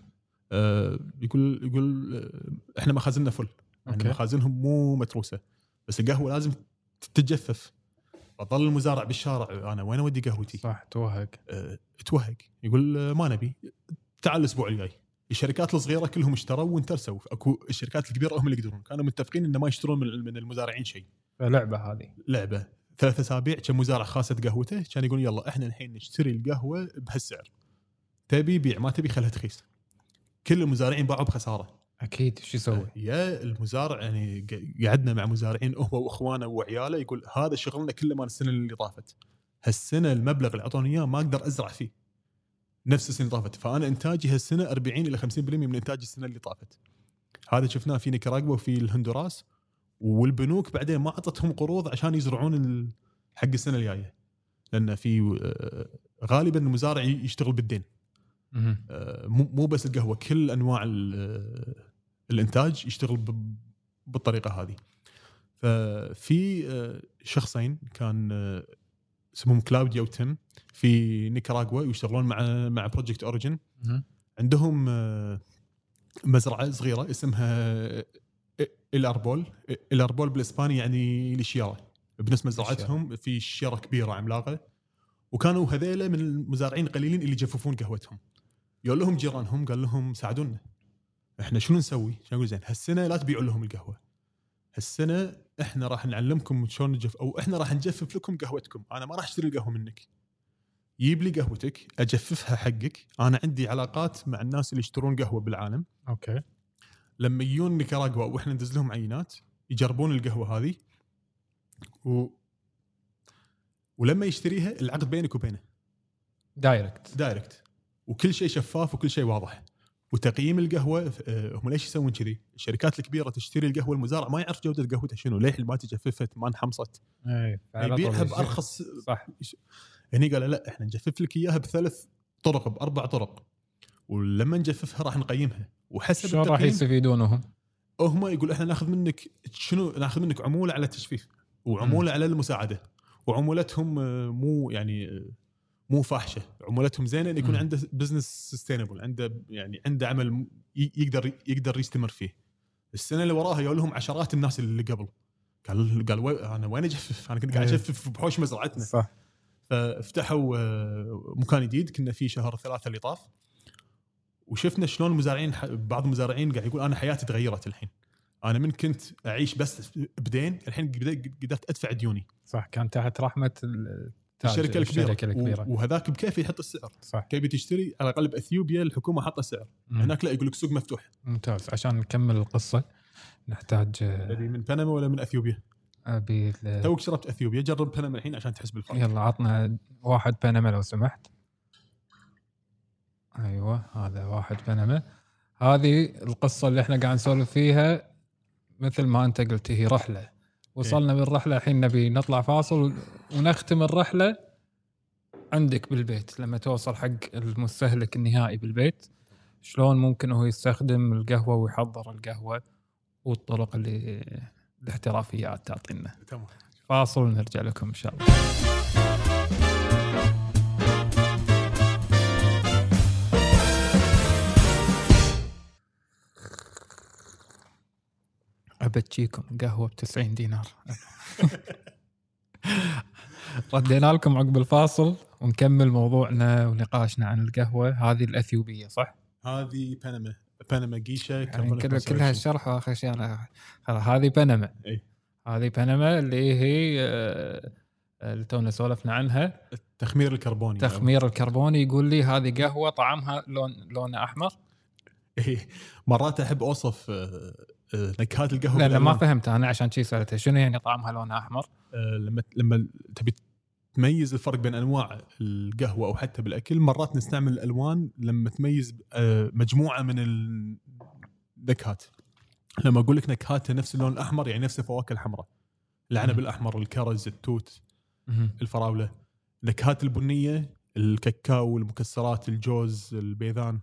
يقول إحنا مخازننا فل، يعني مخازنهم مو متروسة، بس القهوة لازم تتجفف. فظل المزارع بالشارع، أنا وين أودي قهوتي؟ صح. توهق. يقول ما نبي، تعال الأسبوع الجاي. الشركات الصغيرة كلهم اشتروا وانترسوا، أكو الشركات الكبيرة هم اللي يقدرون، كانوا متفقين إن ما يشترون من المزارعين شيء. لعبة هذه 3 أسابيع كم مزارع خاصة قهوته كان يقول يلا إحنا الحين نشتري القهوة بهالسعر، تبي بيع ما تبي خلها تخيس. كل المزارعين باعوا بخسارة. أكيد. شو يسوي؟ يا المزارع يعني قعدنا مع مزارعين هو وإخوانه وعياله، يقول هذا شغلنا كله مال السنة اللي طافت، هالسنة المبلغ اللي أعطوني إياه ما أقدر أزرع فيه نفس السنة اللي طافت، فأنا إنتاجي هالسنة 40 إلى 50% من إنتاج السنة اللي طافت. هذا شفناه في نيكاراغوا وفي الهندوراس. والبنوك بعدين ما أعطتهم قروض عشان يزرعون حق السنة الجاية، لأن في غالبا المزارع يشتغل بالدين. مو بس القهوه، كل انواع الانتاج يشتغل بالطريقه هذه. ففي شخصين كان اسمهم كلاوديا وتيم في نيكاراغوا ويشتغلون مع بروجكت اوريجن. عندهم مزرعه صغيره اسمها الاربول بالاسباني يعني الشياره. بنفس مزرعتهم في شياره كبيره عملاقه، وكانوا هذيله من المزارعين القليلين اللي يجففون قهوتهم. يقول لهم جيرانهم قال لهم ساعدونا، احنا شنو نسوي؟ نقول زين هالسنه لا تبيعوا لهم القهوه، هالسنه احنا راح نعلمكم شلون نجف، او احنا راح نجفف لكم قهوتكم. انا ما راح اشتري القهوه منك، جيب لي قهوتك اجففها حقك. انا عندي علاقات مع الناس اللي يشترون قهوه بالعالم. اوكي. لما يجون نيكاراغوا واحنا ندز لهم عينات يجربون القهوه هذه ولما يشتريها العقد بينك وبينه دايركت وكل شيء شفاف وكل شيء واضح. وتقييم القهوه هم ليش يسوون كذي؟ الشركات الكبيره تشتري القهوه، المزارع ما يعرف جوده قهوته شنو، ليش ما تجففت ما انحمصت، يبيعها بارخص. صح. هني قال لا احنا نجفف لك اياها ب3 طرق ب4 طرق، ولما نجففها راح نقيمها وحسب شو راح يستفيدونهم. هم يقول احنا ناخذ منك شنو، ناخذ منك عموله على التجفيف وعموله على المساعده، وعمولتهم مو يعني مو فاحشه، عمولتهم زينه ان يكون عنده بزنس سستينبل، عنده عمل يقدر يستمر فيه. السنه اللي وراها يقول لهم عشرات الناس اللي قبل قال انا وين اجفف؟ انا كنت قاعد اجفف بحوش مزرعتنا. صح. فافتحوا مكان جديد كنا فيه شهر 3 اللي طاف، وشفنا شلون المزارعين بعض المزارعين قاعد يقول انا حياتي تغيرت الحين، انا من كنت اعيش بس بدين الحين قدرت ادفع ديوني. صح. كان تحت رحمه الشركه الكبيره وهذاك بكيف يحط السعر. صح. كيف تشتري على الاقل باثيوبيا الحكومه حاطه السعر. هناك لا يقول لك سوق مفتوح. ممتاز. عشان نكمل القصه نحتاج ابي من بنما ولا من اثيوبيا؟ ابي توك شربت اثيوبيا، جرب بنما الحين عشان تحس بالفرق. يلا عطنا واحد بنما لو سمحت. ايوه هذا واحد بنما. هذه القصه اللي احنا قاعد نسولف فيها مثل ما انت قلت هي رحله. وصلنا بالرحله الحين نبي نطلع فاصل ونختم الرحله عندك بالبيت. لما توصل حق المستهلك النهائي بالبيت شلون ممكن هو يستخدم القهوه ويحضر القهوه والطرق اللي الاحترافيات تعطينا. تمام. فاصل ونرجع لكم ان شاء الله. أبتشيكم قهوة ب90 دينار. ردينا لكم عقب الفاصل ونكمل موضوعنا ونقاشنا عن القهوة. هذه الأثيوبية صح؟ هذه بنما جيشة يعني كلها الشرح وآخر شيء أنا هذه بنما. هذه بنما اللي هي اللي تونا سولفنا عنها، التخمير الكربوني. تخمير الكربوني. يقول لي هذه قهوة طعمها لونه أحمر. مرات أحب أوصف نكهات القهوة. لا ما فهمت أنا عشان شيء سألته شنو يعني طعمها لونه أحمر. لما تبي تميز الفرق بين أنواع القهوة أو حتى بالأكل مرات نستعمل الألوان لما تميز مجموعة من النكهات. لما أقول لك نكهاتها نفس اللون الأحمر يعني نفس الفواكه الحمراء، العنب الأحمر، الكرز، التوت، الفراولة. نكهات البنية الكاكاو، المكسرات، الجوز، البيذان.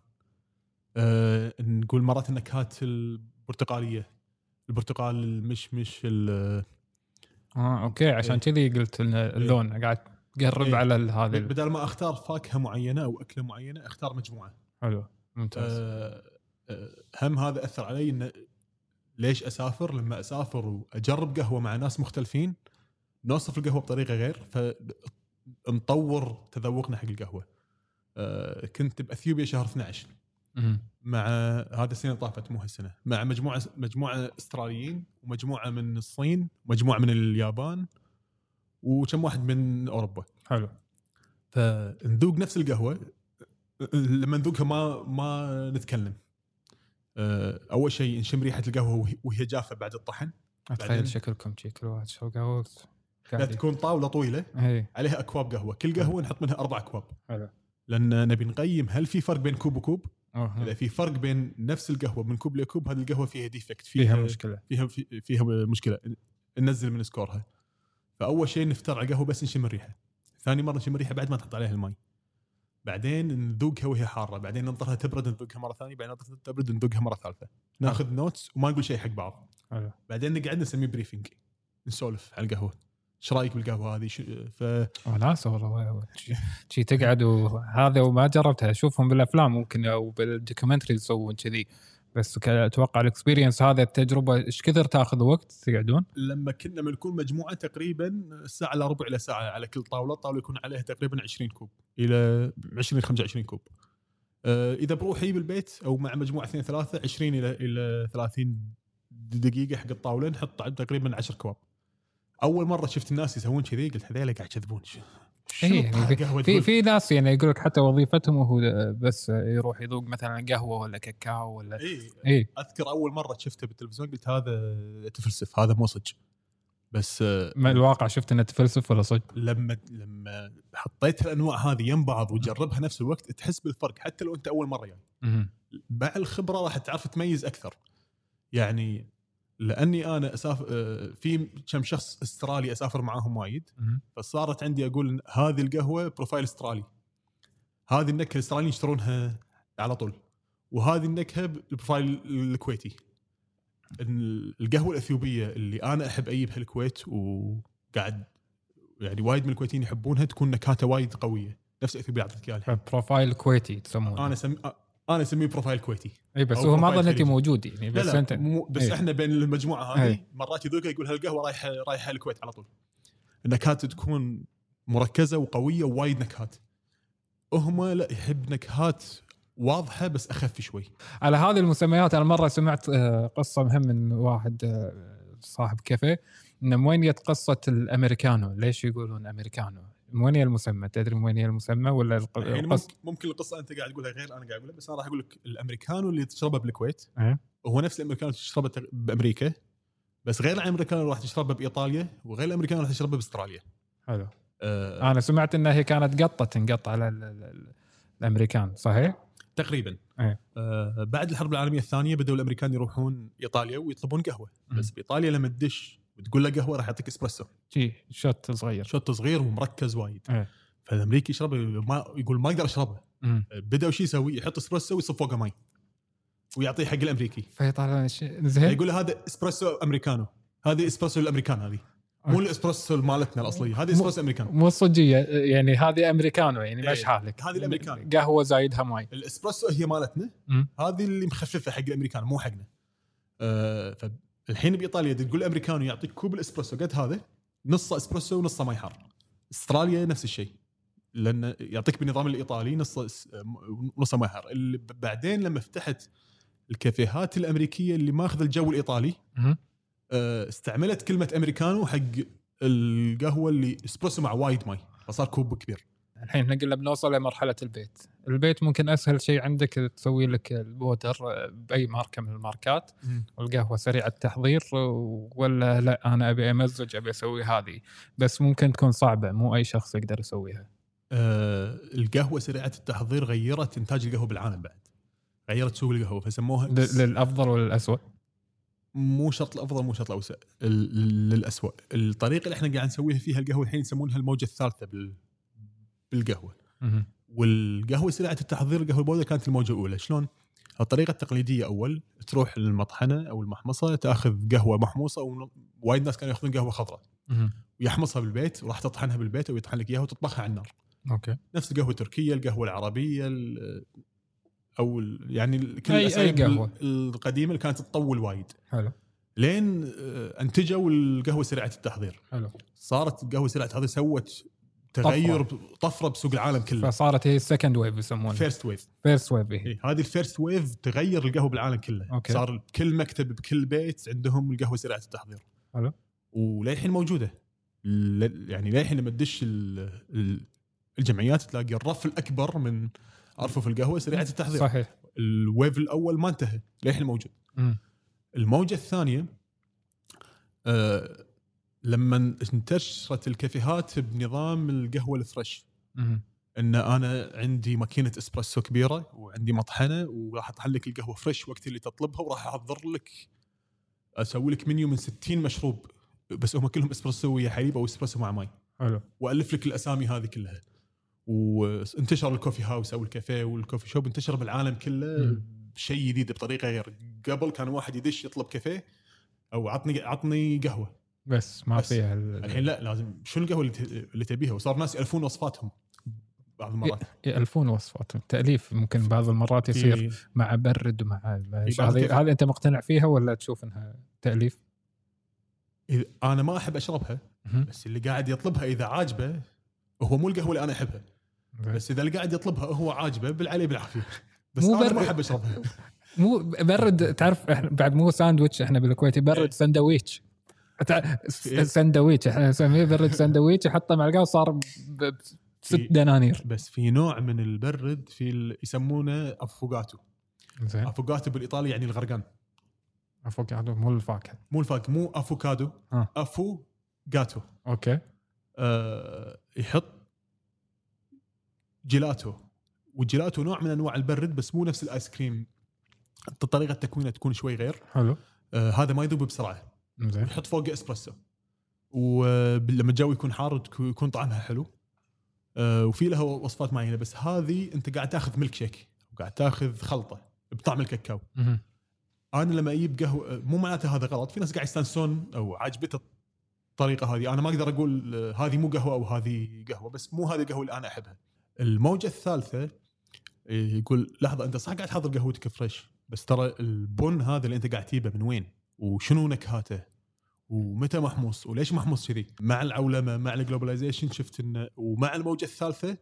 نقول مرات النكهات البرتقالية، البرتقال، المشمش. اوكي عشان كذي قلت اللون قاعد تقرب على هذا. بدل ما اختار فاكهة معينة او اكلة معينة اختار مجموعة. حلو ممتاز. هم هذا اثر علي إن ليش اسافر. لما اسافر واجرب قهوة مع ناس مختلفين نوصف القهوة بطريقة غير فنطور تذوقنا حق القهوة. كنت بأثيوبيا شهر 12 مع هذا السنة طافت مو هالسنة مع مجموعة استراليين ومجموعة من الصين ومجموعة من اليابان وكم واحد من أوروبا. حلو. فنذوق نفس القهوة. لما نذوقها ما نتكلم. أول شيء نشم ريحة القهوة وهي جافة بعد الطحن. أتخيل شكلكم كل واحد شو قهوة. تكون طاولة طويلة عليها أكواب قهوة، كل قهوة نحط منها 4 أكواب. حلو. لأن نبي نقيم هل في فرق بين كوب وكوب. إذا في فرق بين نفس القهوة من كوب لكوب هذه القهوة فيها ديفكت، فيها مشكلة، فيها مشكلة، ننزل من سكورها. فأول شيء نفتر على القهوة بس نشم الريحة. ثاني مرة نشم الريحة بعد ما تحط عليها الماء. بعدين نذوقها وهي حاره، بعدين ننطرها تبرد نذوقها مره ثانيه، بعدين ننطرها تبرد نذوقها مره ثالثه، ناخذ نوتس وما نقول شيء حق بعض. حلو. بعدين نقعد نسميه بريفنج، نسولف عن القهوه، ايش رايك بالقهوه هذه؟ وناس والله شي تقعد وهذا وما جربتها، اشوفهم بالافلام ممكن او بالدوكيومنتري يسوون كذي، بس اتوقع الاكسبيرينس هذا التجربه ايش كثر تاخذ وقت تقعدون؟ لما كنا بنكون مجموعه تقريبا ساعه الا ربع الى ساعه على كل طاوله يكون عليها تقريبا 20 كوب الى 20 25 كوب. اذا بروحي بالبيت او مع مجموعه 2 3 20 الى 30 دقيقه حق الطاوله، نحط تقريبا 10 كواب. اول مره شفت الناس يسوون كذي قلت هذول قاعد يكذبون. يعني في ناس يعني يقول لك حتى وظيفتهم هو بس يروح يذوق مثلا قهوه ولا كاكاو ولا إيه. اذكر اول مره شفته بالتلفزيون قلت هذا تفلسف، هذا مو صدق. بس ما الواقع شفت انه تفلسف ولا صدق؟ لما حطيت الانواع هذه يم بعض وجربها نفس الوقت تحس بالفرق، حتى لو انت اول مره يعني. مع الخبره راح تعرف تميز اكثر. يعني لاني انا اسافر في كم شخص استرالي اسافر معاهم وايد، فصارت عندي اقول هذه القهوه بروفايل استرالي، هذه النكهه الاستراليين يشترونها على طول، وهذه النكهه بالبروفايل الكويتي. القهوه الاثيوبيه اللي انا احب اجيبها الكويت وقاعد يعني وايد من الكويتيين يحبونها، تكون نكهاتها وايد قويه نفس اثيوبيا اعطيتك اياها. بروفايل كويتي تسمونه؟ انا اسميه بروفايل كويتي. اي بس هو ما ظنيتي موجود يعني، بس لا انت بس احنا بين المجموعه هذه مرات يذوقها يقول هالقهوه رايحه الكويت على طول. النكهات تكون مركزه وقويه ووايد نكهات. هم لا يحب نكهات واضحه بس اخف شوي. على هذه المسميات انا مره سمعت قصه مهم من واحد صاحب كافيه، انه من وين جت قصه الامريكانو؟ ليش يقولون امريكانو؟ من وين هي المسمى؟ تدري من وين هي المسمى ولا يعني ممكن القصه انت قاعد تقولها غير انا قاعد اقولها، بس انا راح اقول لك الامريكانو اللي تشربه بالكويت هو نفس الامريكانو اللي تشربه بامريكا، بس غير الامريكانو راح تشربه بايطاليا، وغير الامريكانو راح تشربه باستراليا. حلو. انا سمعت انها هي كانت تنقطع على الامريكان، صحيح تقريبا. بعد الحرب العالميه الثانيه بدأوا الامريكان يروحون ايطاليا ويطلبون قهوه، بس بايطاليا لما تدش وتقول له قهوه راح يعطيك اسبريسو شوت صغير ومركز وايد. فالامريكي يشربه يقول ما اقدر اشربه. بدأوا شيء يسوي يحط اسبريسو ويصب فوقه ماي ويعطيه حق الامريكي، فيطلع زين يقول له هذا اسبريسو امريكانو، هذه اسبريسو الامريكان، هذه مو الاسبريسو مالتنا الاصليه، هذه اسبريسو امريكانو مو صجيه يعني، هذه امريكانو يعني ماشي حالك، هذه الامريكان قهوه زايدها ماي. الاسبريسو هي مالتنا، هذه اللي مخففه حق الامريكان مو حقنا. فالحين بايطاليا تقول امريكانو يعطيك كوب الاسبريسو قد هذا، نص اسبريسو ونص ماي حار. استراليا نفس الشيء، لان يعطيك بالنظام الايطالي نص ماي حار. بعدين لما فتحت الكافيهات الامريكيه اللي ماخذ الجو الايطالي، استعملت كلمه امريكانو حق القهوه اللي اسبريسو مع وايد ماي، فصار كوب كبير. الحين احنا قلنا بنوصل لمرحله البيت ممكن اسهل شيء عندك تسوي لك البودر باي ماركه من الماركات، والقهوه سريعه التحضير، ولا لا انا ابي امزج ابي اسوي هذه، بس ممكن تكون صعبه مو اي شخص يقدر يسويها. القهوه سريعه التحضير غيرت انتاج القهوه بالعالم، بعد غيرت سوق القهوه، فسموها للافضل ولا الاسوء؟ مو شرط الافضل مو شرط الاسوء، للاسوء. الطريقه اللي احنا قاعد نسويها فيها القهوه الحين يسمونها الموجه الثالثه بالقهوه. والقهوه سريعه التحضير القهوه البودره كانت الموجه الاولى. شلون؟ الطريقه التقليديه اول تروح للمطحنه او المحمصه تاخذ قهوه محموصه، ووايد ناس كانوا ياخذون قهوه خضراء ويحمصها بالبيت وراح تطحنها بالبيت او يطحن لك اياها وتطبخها على النار. اوكي. نفس القهوه التركيه، القهوه العربيه، او يعني كل الاساليب القديمه اللي كانت تطول وايد. حلو. لين انتجوا القهوه سريعه التحضير. حلو. صارت القهوه سريعه التحضير سوت تغير طفره بسوق العالم كله، فصارت هي السكند ويف يسمونها فيرست ويف. هذه الفيرست ويف تغير القهوه بالعالم كله. أوكي. صار بكل مكتب بكل بيت عندهم القهوه سريعه التحضير. حلو. وللحين موجوده، يعني للحين لما تدش الجمعيات تلاقي الرف الاكبر من ارفف القهوه سريعه التحضير. صحيح. الويف الاول ما انتهى، للحين موجود. الموجه الثانيه لما انتشرت الكافيهات بنظام القهوه الفريش، ان انا عندي ماكينه اسبريسو كبيره وعندي مطحنه وراح اطحن لك القهوه فريش وقت اللي تطلبها، وراح احضر لك اسوي لك منيو من 60 مشروب، بس هم كلهم اسبريسو ويا حليب او اسبريسو مع ماي. حلو. والف لك الاسامي هذه كلها، وانتشر الكوفي هاوس او الكافيه والكوفي شوب انتشر بالعالم كله شيء جديد بطريقه غير. قبل كان واحد يدش يطلب كافيه او عطني قهوه بس ما فيها الحين لا، لازم شنو القهوه اللي تبيها، وصار ناس يألفون وصفاتهم بعض المرات. يألفون وصفات تأليف ممكن بعض المرات يصير مع برد ومع هذه انت مقتنع فيها ولا تشوف انها تأليف؟ انا ما احب اشربها، بس اللي قاعد يطلبها اذا عاجبه هو مو القهوه اللي انا احبها، بس اذا اللي قاعد يطلبها هو عاجبه بالعلي بالعافيه، بس انا ما احب اشربها. مو برد، تعرف احنا بعد مو ساندويتش، احنا بالكويت برد ساندويتش. ساندويتش احنا نسميه برد ساندويتش، يحطه مع القهوه صار ب6 دنانير. بس في نوع من البرد في يسمونه افوغاتو. افوغاتو بالايطالي يعني الغرقان. افوكادو مو الفاكهه، مو افوكادو، افوغاتو. اوكي. يحط جيلاتو، والجيلاتو نوع من انواع البرد بس مو نفس الايس كريم، طريقه تكوينه تكون شوي غير. حلو. هذا ما يذوب بسرعه، يحط فوق اسبريسو، ولما الجو يكون حار يكون طعمها حلو. وفي له وصفات معينه، بس هذه انت قاعد تاخذ ميلك شيك وقاعد تاخذ خلطه بطعم الكاكاو. انا لما اجيب قهوه مو معناته هذا غلط، في ناس قاعد يستانسون او عاجبته الطريقه هذه، انا ما اقدر اقول هذه مو قهوه او هذه قهوه، بس مو هذه القهوه اللي انا احبها. الموجه الثالثه يقول لحظه، انت صح قاعد تحضر قهوتك فريش، بس ترى البن هذا اللي انت قاعد تجيبه من وين وشنو نكهاته ومتى محموص وليش محموص كذي. مع العولمه مع الجلوباليزيشن شفت انه، ومع الموجه الثالثه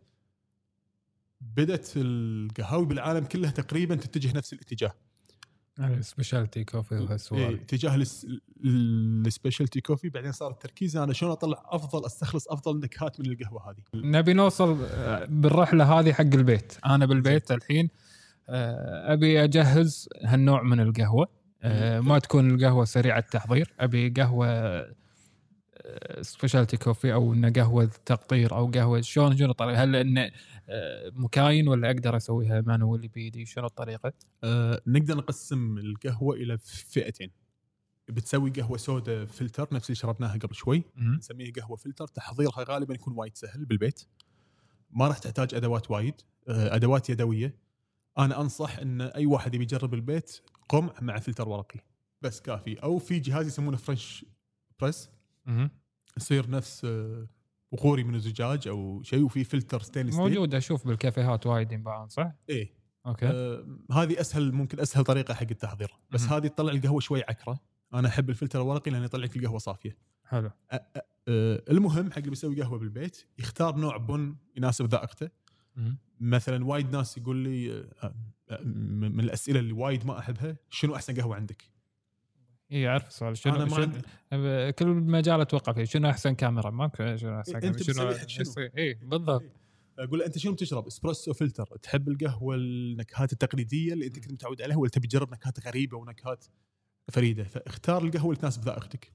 بدت القهاوي بالعالم كله تقريبا تتجه نفس الاتجاه، السبيشالتي كوفي وهالسوالف. اتجاه السبيشالتي كوفي. بعدين صار التركيز انا شلون اطلع افضل، استخلص افضل نكهات من القهوه هذه. نبي نوصل بالرحله هذه حق البيت. انا بالبيت الحين ابي اجهز هالنوع من القهوه، ما تكون القهوه سريعه التحضير، ابي قهوه سبيشالتي كوفي او انه قهوه تقطير او قهوه شلون الطريقه؟ هل انه مكاين ولا اقدر اسويها مانوالي بيدي؟ شنو الطريقه؟ نقدر نقسم القهوه الى فئتين. بتسوي قهوه سوداء فلتر نفس اللي شربناها قبل شوي، نسميه قهوه فلتر. تحضيرها غالبا يكون وايد سهل بالبيت، ما راح تحتاج ادوات وايد، ادوات يدويه. انا انصح ان اي واحد يبي يجرب البيت قمع مع فلتر ورقي بس كافي، او في جهاز يسمونه فرنش بريس، يصير نفس وقوري من الزجاج او شيء، وفي فلتر ستينلس موجود اشوف بالكافيهات وايد ينباعون، صح؟ ايه اوكي. هذه اسهل، ممكن اسهل طريقه حق التحضير، بس هذه تطلع القهوه شوي عكره. انا احب الفلتر الورقي لانه يطلع لك القهوه صافيه. حلو. المهم حق اللي بيسوي قهوه بالبيت يختار نوع بن يناسب ذائقته. مثلا وايد ناس يقول لي من الاسئله اللي وايد ما احبها، شنو احسن قهوه عندك؟ عارف السؤال شنو كل مجال اتوقع فيه. شنو احسن كاميرا؟ ما شنو احسن كاميرا؟ شنو بالضبط. اقول انت شنو بتشرب؟ اسبريسو فلتر؟ تحب القهوه النكهات التقليديه اللي انت كنت متعود عليها، ولا تبي تجرب نكهات غريبه ونكهات فريده؟ فاختار القهوه اللي تناسب ذائقتك.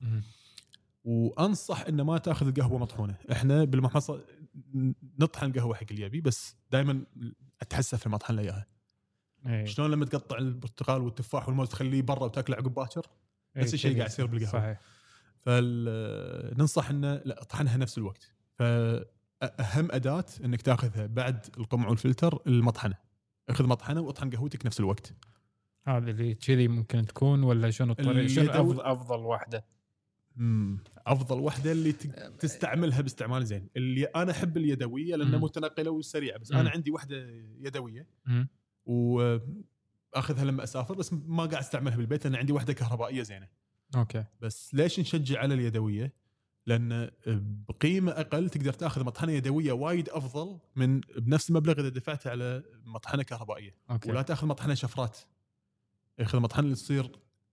وانصح ان ما تاخذ القهوه مطحونه. احنا بالمحصه نطحن القهوه حق اليابي، بس دائما اتحسف في المطحن لياها. شلون لما تقطع البرتقال والتفاح والموز تخليه برا وتاكله عقب باكر، نفس الشيء قاعد يصير بالقهوه. صحيح. فننصح انه لا، اطحنها نفس الوقت. فاهم اداه انك تاخذها بعد القمع والفلتر المطحنه. اخذ مطحنه واطحن قهوتك نفس الوقت. هذا اللي كذي ممكن تكون، ولا شنو الطريقه؟ شنو افضل واحده؟ افضل واحده اللي تستعملها باستعمال زين. اللي انا احب اليدويه لانها متنقله وسريعه، بس انا عندي واحده يدويه واخذها لما اسافر، بس ما قاعد استعملها بالبيت لان عندي واحده كهربائيه زينه. اوكي. بس ليش نشجع على اليدويه؟ لان بقيمه اقل تقدر تاخذ مطحنه يدويه وايد افضل من بنفس المبلغ اذا دفعت على مطحنه كهربائيه. ولا تاخذ مطحنه شفرات، اخذ مطحنه اللي تصير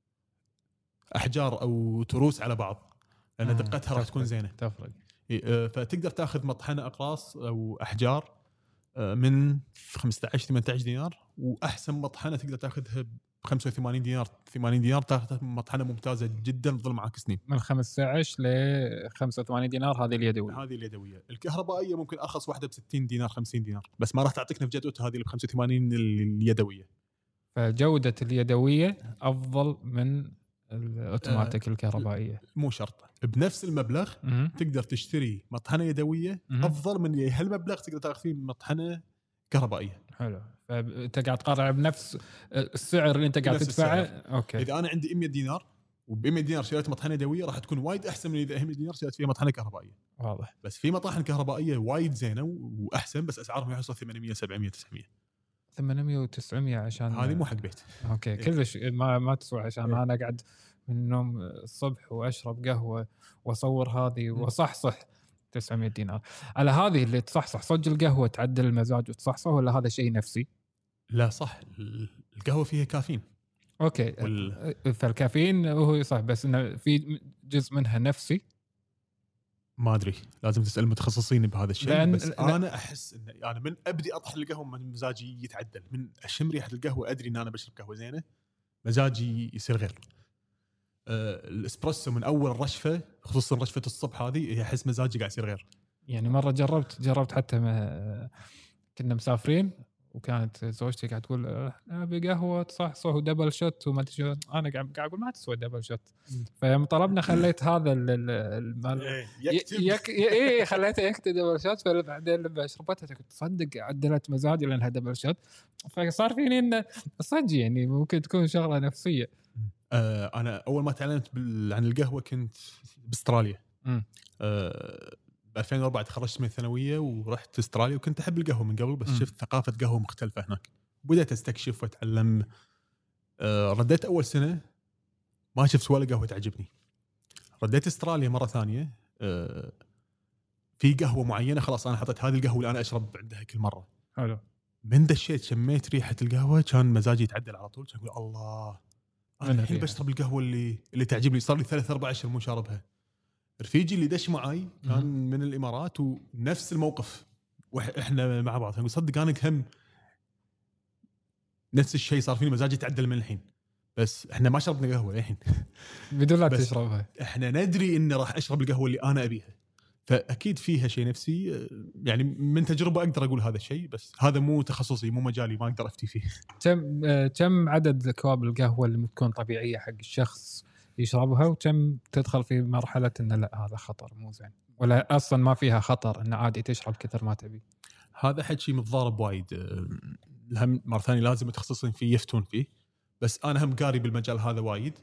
احجار او تروس على بعض، لان دقتها راح تكون زينه. تفرق. فتقدر تاخذ مطحنه اقراص او احجار من 15-18 دينار، واحسن مطحنه تقدر تاخذها ب 85 دينار 80 دينار، تاخذ مطحنه ممتازه جدا تظل معك سنين. من 15 ل 85 دينار هذه اليدويه. هذه اليدويه. الكهربائيه ممكن ارخص واحده ب 60 دينار 50 دينار، بس ما راح تعطيك نفس جودتها هذه ال 85 اليدويه. فجوده اليدويه افضل من الاوتوماتيك الكهربائيه؟ مو شرط بنفس المبلغ تقدر تشتري مطحنه يدويه افضل من هالمبلغ تقدر تاخذ فيه مطحنه كهربائيه. حلو. فانت قاعد تقارع بنفس السعر اللي انت قاعد تدفعه. اوكي. اذا انا عندي 100 دينار وب 100 دينار شريت مطحنه يدويه راح تكون وايد احسن من اذا 100 دينار شريت فيها مطحنه كهربائيه. واضح. بس في مطاحن كهربائيه وايد زينه واحسن بس اسعارهم يوصل 800 700 900. 800 و900 عشان هذه مو حق بيت. اوكي. كلش ما تسوى عشان انا قاعد من النوم الصبح واشرب قهوه واصور هذه وصحصح 900 دينار. على هذه اللي تصحصح صج القهوه تعدل المزاج وتصحصح ولا هذا شيء نفسي؟ لا صح، القهوه فيها كافيين. اوكي. فالكافيين هو صح بس انه في جزء منها نفسي. ما ادري، لازم تسال متخصصين بهذا الشيء. بس انا احس ان انا من ابدي اطحن القهوه من مزاجي يتعدل، من اشم ريحه القهوه ادري ان انا بشرب قهوه زينه مزاجي يصير غير. الاسبريسو من اول رشفه خصوصا رشفه الصبح هذه احس مزاجي قاعد يصير غير. يعني مره جربت حتى كنا مسافرين وكانت زوجتي قاعد تقول ابي قهوه تصحصح ودبل شوت وما ادري شو. انا قاعد اقول ما تسوى دبل شوت. فيوم طلبنا خليت هذا خليته يكتب دبل شوت. فبعدين لما شربتها كنت تصدق عدلت مزاجي لانها دبل شوت. فصار فيني انه صدق يعني ممكن تكون شغله نفسيه. انا اول ما تعلمت عن القهوه كنت باستراليا. ب 2004 تخرجت من الثانويه ورحت استراليا وكنت احب القهوه من قبل بس شفت ثقافه قهوه مختلفه هناك بدأت استكشف واتعلم. رديت اول سنه ما شفت ولا قهوه تعجبني. رديت استراليا مره ثانيه في قهوه معينه خلاص انا حطيت هذه القهوه اللي انا اشرب عندها كل مره. حلو. من دشيت شميت ريحه القهوه كان مزاجي يتعدل على طول. كان اقول الله انا الحين بشرب القهوه اللي تعجبني. صار لي 3-4 أشهر مو شاربها. رفيجي اللي دش معي كان من الامارات ونفس الموقف واحنا مع بعض. صدق انا هم نفس الشيء صار فيني مزاجي يتعدل من الحين. بس احنا ما شربنا قهوه الحين بدون لا تشربها. احنا ندري ان راح اشرب القهوه اللي انا ابيها. فاكيد فيها شيء نفسي. يعني من تجربه اقدر اقول هذا الشيء بس هذا مو تخصصي مو مجالي ما اقدر افتي فيه. كم عدد اكواب القهوه اللي تكون طبيعيه حق الشخص يشربها وكم تدخل في مرحله انه لا هذا خطر مو زين ولا اصلا ما فيها خطر انه عادي تشرب كثر ما تبي؟ هذا حكي متضارب وايد. الهم مره ثانيه لازم متخصصين فيه يفتون فيه. بس انا هم قاري بالمجال هذا وايد.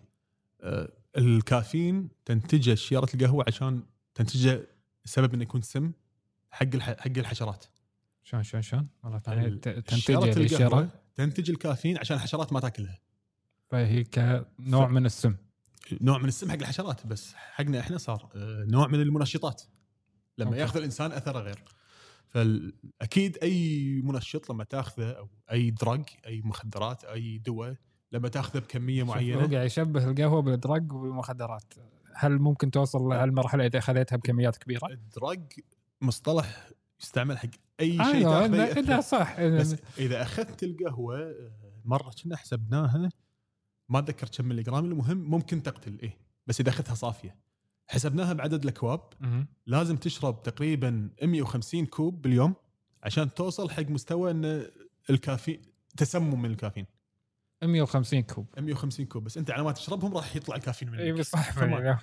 الكافيين تنتجه شياره القهوه عشان تنتجه السبب انه يكون سم حق الحشرات. شلون مره ثانيه تنتج الشياره تنتج الكافيين عشان الحشرات ما تاكلها. فهي كنوع من السم. نوع من السم حق الحشرات بس حقنا احنا صار نوع من المنشطات. لما أوكي. ياخذ الانسان اثره غير. فاكيد اي منشط لما تاخذه او اي دراج اي مخدرات اي دواء لما تاخذه بكميه معينه. هو قاعد يشبه القهوه بالدراج والمخدرات. هل ممكن توصل لهالمرحله اذا اخذتها بكميات كبيره؟ الدراج مصطلح يستعمل حق اي شيء تاخذه. صح. بس اذا اخذت القهوه مره كنا حسبناها ما اتذكر كم ملي جرام. المهم ممكن تقتل بس اذا اخذتها صافيه حسبناها بعدد الاكواب. لازم تشرب تقريبا 150 كوب باليوم عشان توصل حق مستوى ان الكافيين تسمم من الكافيين. 150 كوب 150 كوب بس انت على ما تشربهم راح يطلع الكافيين منك. اي صح.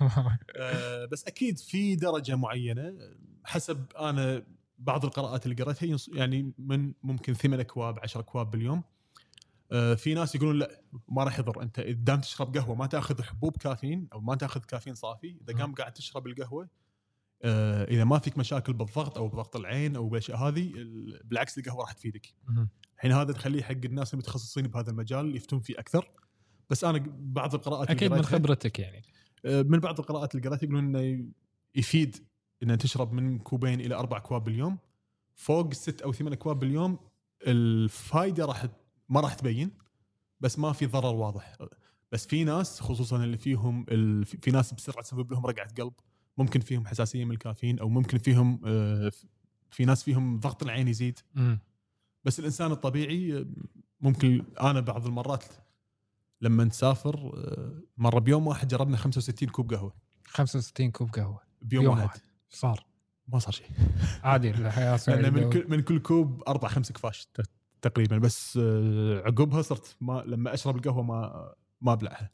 بس اكيد في درجه معينه حسب انا بعض القراءات اللي قرأتها يعني من ممكن 8 اكواب 10 اكواب باليوم. في ناس يقولون لا ما راح يضر. انت اذا تشرب قهوه ما تاخذ حبوب كافيين او ما تاخذ كافيين صافي. اذا قام قاعد تشرب القهوه اذا ما فيك مشاكل بالضغط او بضغط العين او بالاشياء هذه بالعكس القهوه راح تفيدك. الحين هذا نخليه حق الناس المتخصصين بهذا المجال يفتون فيه اكثر. بس انا بعض القراءات اكيد من خبرتك يعني من بعض القراءات اللي قرأتها يقولون انه يفيد ان تشرب من كوبين الى 4 اكواب باليوم. فوق 6 أو 8 اكواب باليوم الفائده ما راح تبين بس ما في ضرر واضح. بس في ناس خصوصا اللي فيهم في ناس بسرعه تسبب لهم رقعه قلب. ممكن فيهم حساسيه من الكافيين او ممكن فيهم في ناس فيهم ضغط العين يزيد. بس الانسان الطبيعي ممكن. انا بعض المرات لما نسافر مره بيوم واحد جربنا 65 كوب قهوه. 65 كوب قهوه بيوم واحد. صار ما صار شيء عادي الحياه لأن من كل كوب 4-5 كفاش تقريبا. بس عقبها صرت لما اشرب القهوه ما ابلعها.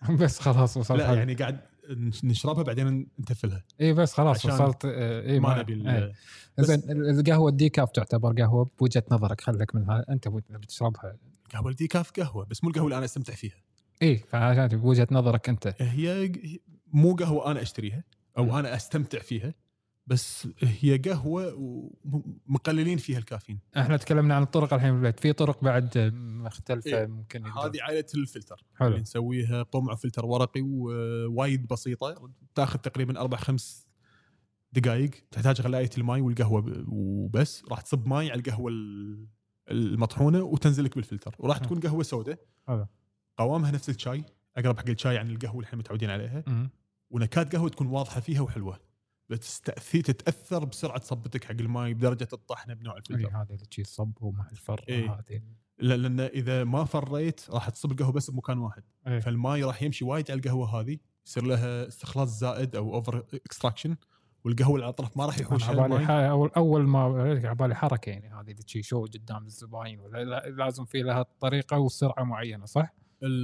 بس خلاص وصلت. لا يعني قاعد نشربها بعدين نتفلها. اي بس خلاص وصلت. اي ما نبي زين. القهوه الديكاف تعتبر قهوه بوجهه نظرك؟ خليك منها انت بتشربها. قهوه الديكاف قهوه بس مو القهوه اللي انا استمتع فيها. اي فعشان بوجهه نظرك انت هي مو قهوه انا اشتريها او انا استمتع فيها، بس هي قهوه ومقللين فيها الكافيين. احنا تكلمنا عن الطرق الحين بالبيت، في طرق بعد مختلفه. إيه؟ ممكن هذه عائله الفلتر حلو. اللي نسويها قمع فلتر ورقي ووايد بسيطه، تاخذ تقريبا 4-5 دقائق. تحتاج غلايه الماء والقهوه وبس. راح تصب ماء على القهوه المطحونه وتنزلك بالفلتر، وراح تكون قهوه سوداء. قوامها نفس الشاي، اقرب حق الشاي عن القهوه اللي احنا متعودين عليها. ونكهات قهوه تكون واضحه فيها وحلوه، بس تتاثر بسرعه صبتك حق الماء بدرجه الطحنه بنوع الفلتر. هذا اللي تشي صب ومع الفر. هذه لان اذا ما فريت راح تصب القهوه بس بمكان واحد. فالماء راح يمشي وايد على القهوه هذه، يصير لها استخلاص زائد او اوفر اكستراكشن، والقهوه اللي على الطرف ما راح يحوش اول ما على بالي حركه. يعني هذه اللي تشي شو قدام الزباين، ولا لازم في لها طريقه وسرعه معينه؟ صح.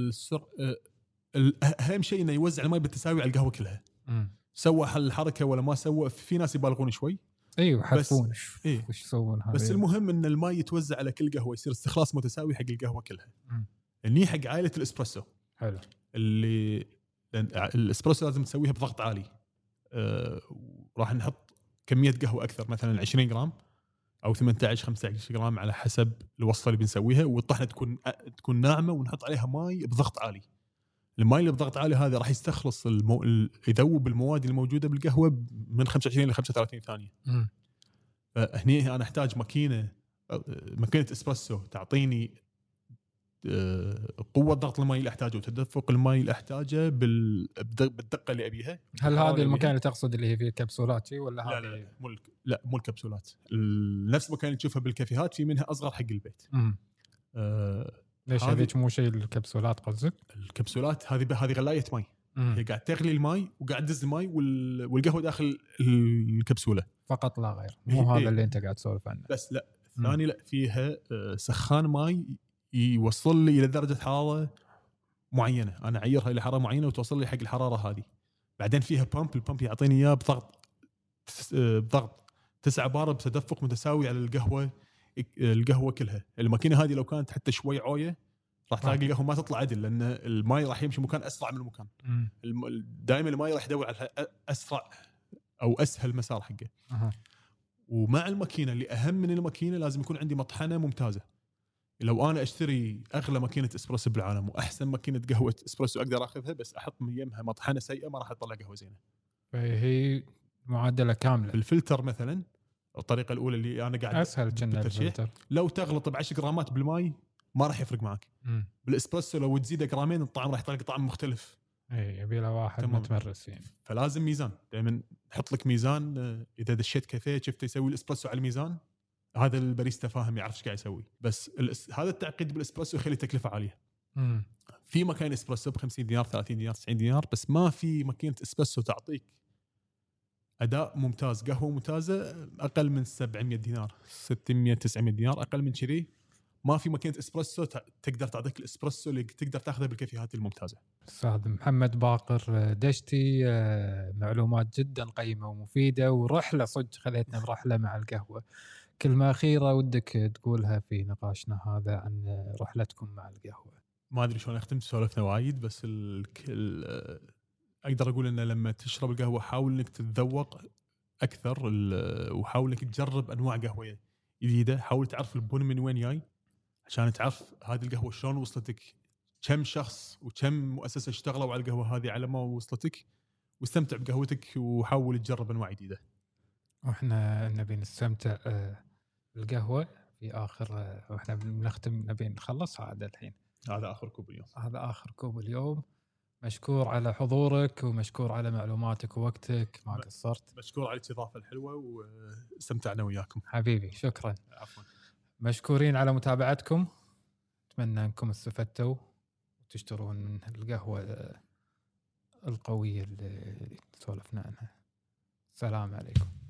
اهم شيء انه يوزع الماء بالتساوي على القهوه كلها. سوى الحركه ولا ما سوى، في ناس يبالغون شوي. ايوه يحذفون وش يسوون هذا. بس المهم ان الماء يتوزع على كل قهوه، يصير استخلاص متساوي حق القهوه كلها. اني حق عائله الاسبريسو. حلو. اللي الاسبريسو لازم تسويها بضغط عالي. راح نحط كميه قهوه اكثر، مثلا 20 جرام او 18-15 جرام على حسب الوصفه اللي بنسويها، والطحنه تكون ناعمه، ونحط عليها ماء بضغط عالي. الماء اللي بضغط عالي هذا راح يستخلص يذوب المواد الموجوده بالقهوه من 25 ل 35 ثانيه. فهني انا احتاج ماكينه اسبريسو تعطيني قوه ضغط الماء اللي احتاجه وتدفق الماء اللي احتاجه بالدقه اللي ابيها. هل هذه المكان اللي تقصد اللي هي فيه كبسولات ولا هذه؟ لا مو الكبسولات. نفس المكان اللي تشوفها بالكافيهات في منها اصغر حق البيت. ليش هذيك مو شيء الكبسولات قصدك؟ الكبسولات هذه غلايه ماء. هي قاعد تغلي الماء وقاعد تدز الماء والقهوه داخل الكبسوله فقط لا غير. مو هذا اللي انت قاعد تسولف عنه. بس لا الثاني لا، فيها سخان ماء يوصل لي الى درجه حراره معينه، انا اعيرها الى حراره معينه وتوصل لي حق الحراره هذه. بعدين فيها البامب يعطيني اياه بضغط 9 بار بتدفق متساوي على القهوه كلها. الماكينه هذه لو كانت حتى شوي عويه راح تلاقي القهوه ما تطلع عدل، لان الماء راح يمشي مكان اسرع من المكان. دائما الماء راح يدور على اسرع او اسهل مسار حقه. ومع الماكينه اللي اهم من الماكينه لازم يكون عندي مطحنه ممتازه. لو انا اشتري اغلى ماكينه اسبريسو بالعالم واحسن ماكينه قهوه اسبريسو اقدر اخذها، بس احط من يمها مطحنه سيئه ما راح اطلع قهوه زينه. فهي معادله كامله. بالفلتر مثلا الطريقه الاولى اللي انا قاعد اسهل جدا الفلتر، لو تغلط ب10 جرامات بالماء ما راح يفرق معك. بالاسبريسو لو تزيد جرامين الطعم راح يطلع طعم مختلف. يبي له واحد متمرس يعني. فلازم ميزان، دائما حط لك ميزان. اذا دشيت كافيه شفته يسوي الاسبريسو على الميزان، هذا الباريستا فاهم يعرف ايش قاعد يسوي. بس هذا التعقيد بالاسبريسو يخلي تكلفه عاليه. في مكان اسبريسو ب50 دينار 30 دينار 90 دينار، بس ما في ماكينه اسبريسو تعطيك اداء ممتاز، قهوه ممتازه اقل من 700 دينار 600 900 دينار. اقل من كذي ما في ماكينه اسبريسو تقدر تعطيك الاسبريسو اللي تقدر تاخذه بالكافيهات الممتازه. استاذ محمد باقر دشتي، معلومات جدا قيمه ومفيده، ورحله صدق خليتنا برحله مع القهوه. كلمه اخيره ودك تقولها في نقاشنا هذا عن رحلتكم مع القهوه؟ ما ادري شلون اختم، سولفنا وايد، بس اقدر اقول ان لما تشرب القهوه حاول انك تتذوق اكثر، وحاول انك تجرب انواع قهوه جديده. حاول تعرف البن من وين جاي عشان تعرف هذه القهوه شلون وصلتك، كم شخص وكم مؤسسه اشتغلوا على القهوه هذه على ما وصلتك، واستمتع بقهوتك وحاول تجرب انواع جديده. واحنا نبي نستمتع بالقهوه في اخر، واحنا بنختم نبي نخلص هذا الحين. هذا اخر كوب اليوم. هذا اخر كوب اليوم. مشكور على حضورك ومشكور على معلوماتك ووقتك، ما قصرت. مشكور على الاستضافه الحلوه واستمتعنا وياكم حبيبي. شكرا. عفوا. مشكورين على متابعتكم، اتمنى انكم استفدتوا وتشترون من القهوه القويه اللي سولفنا عنها. السلام عليكم.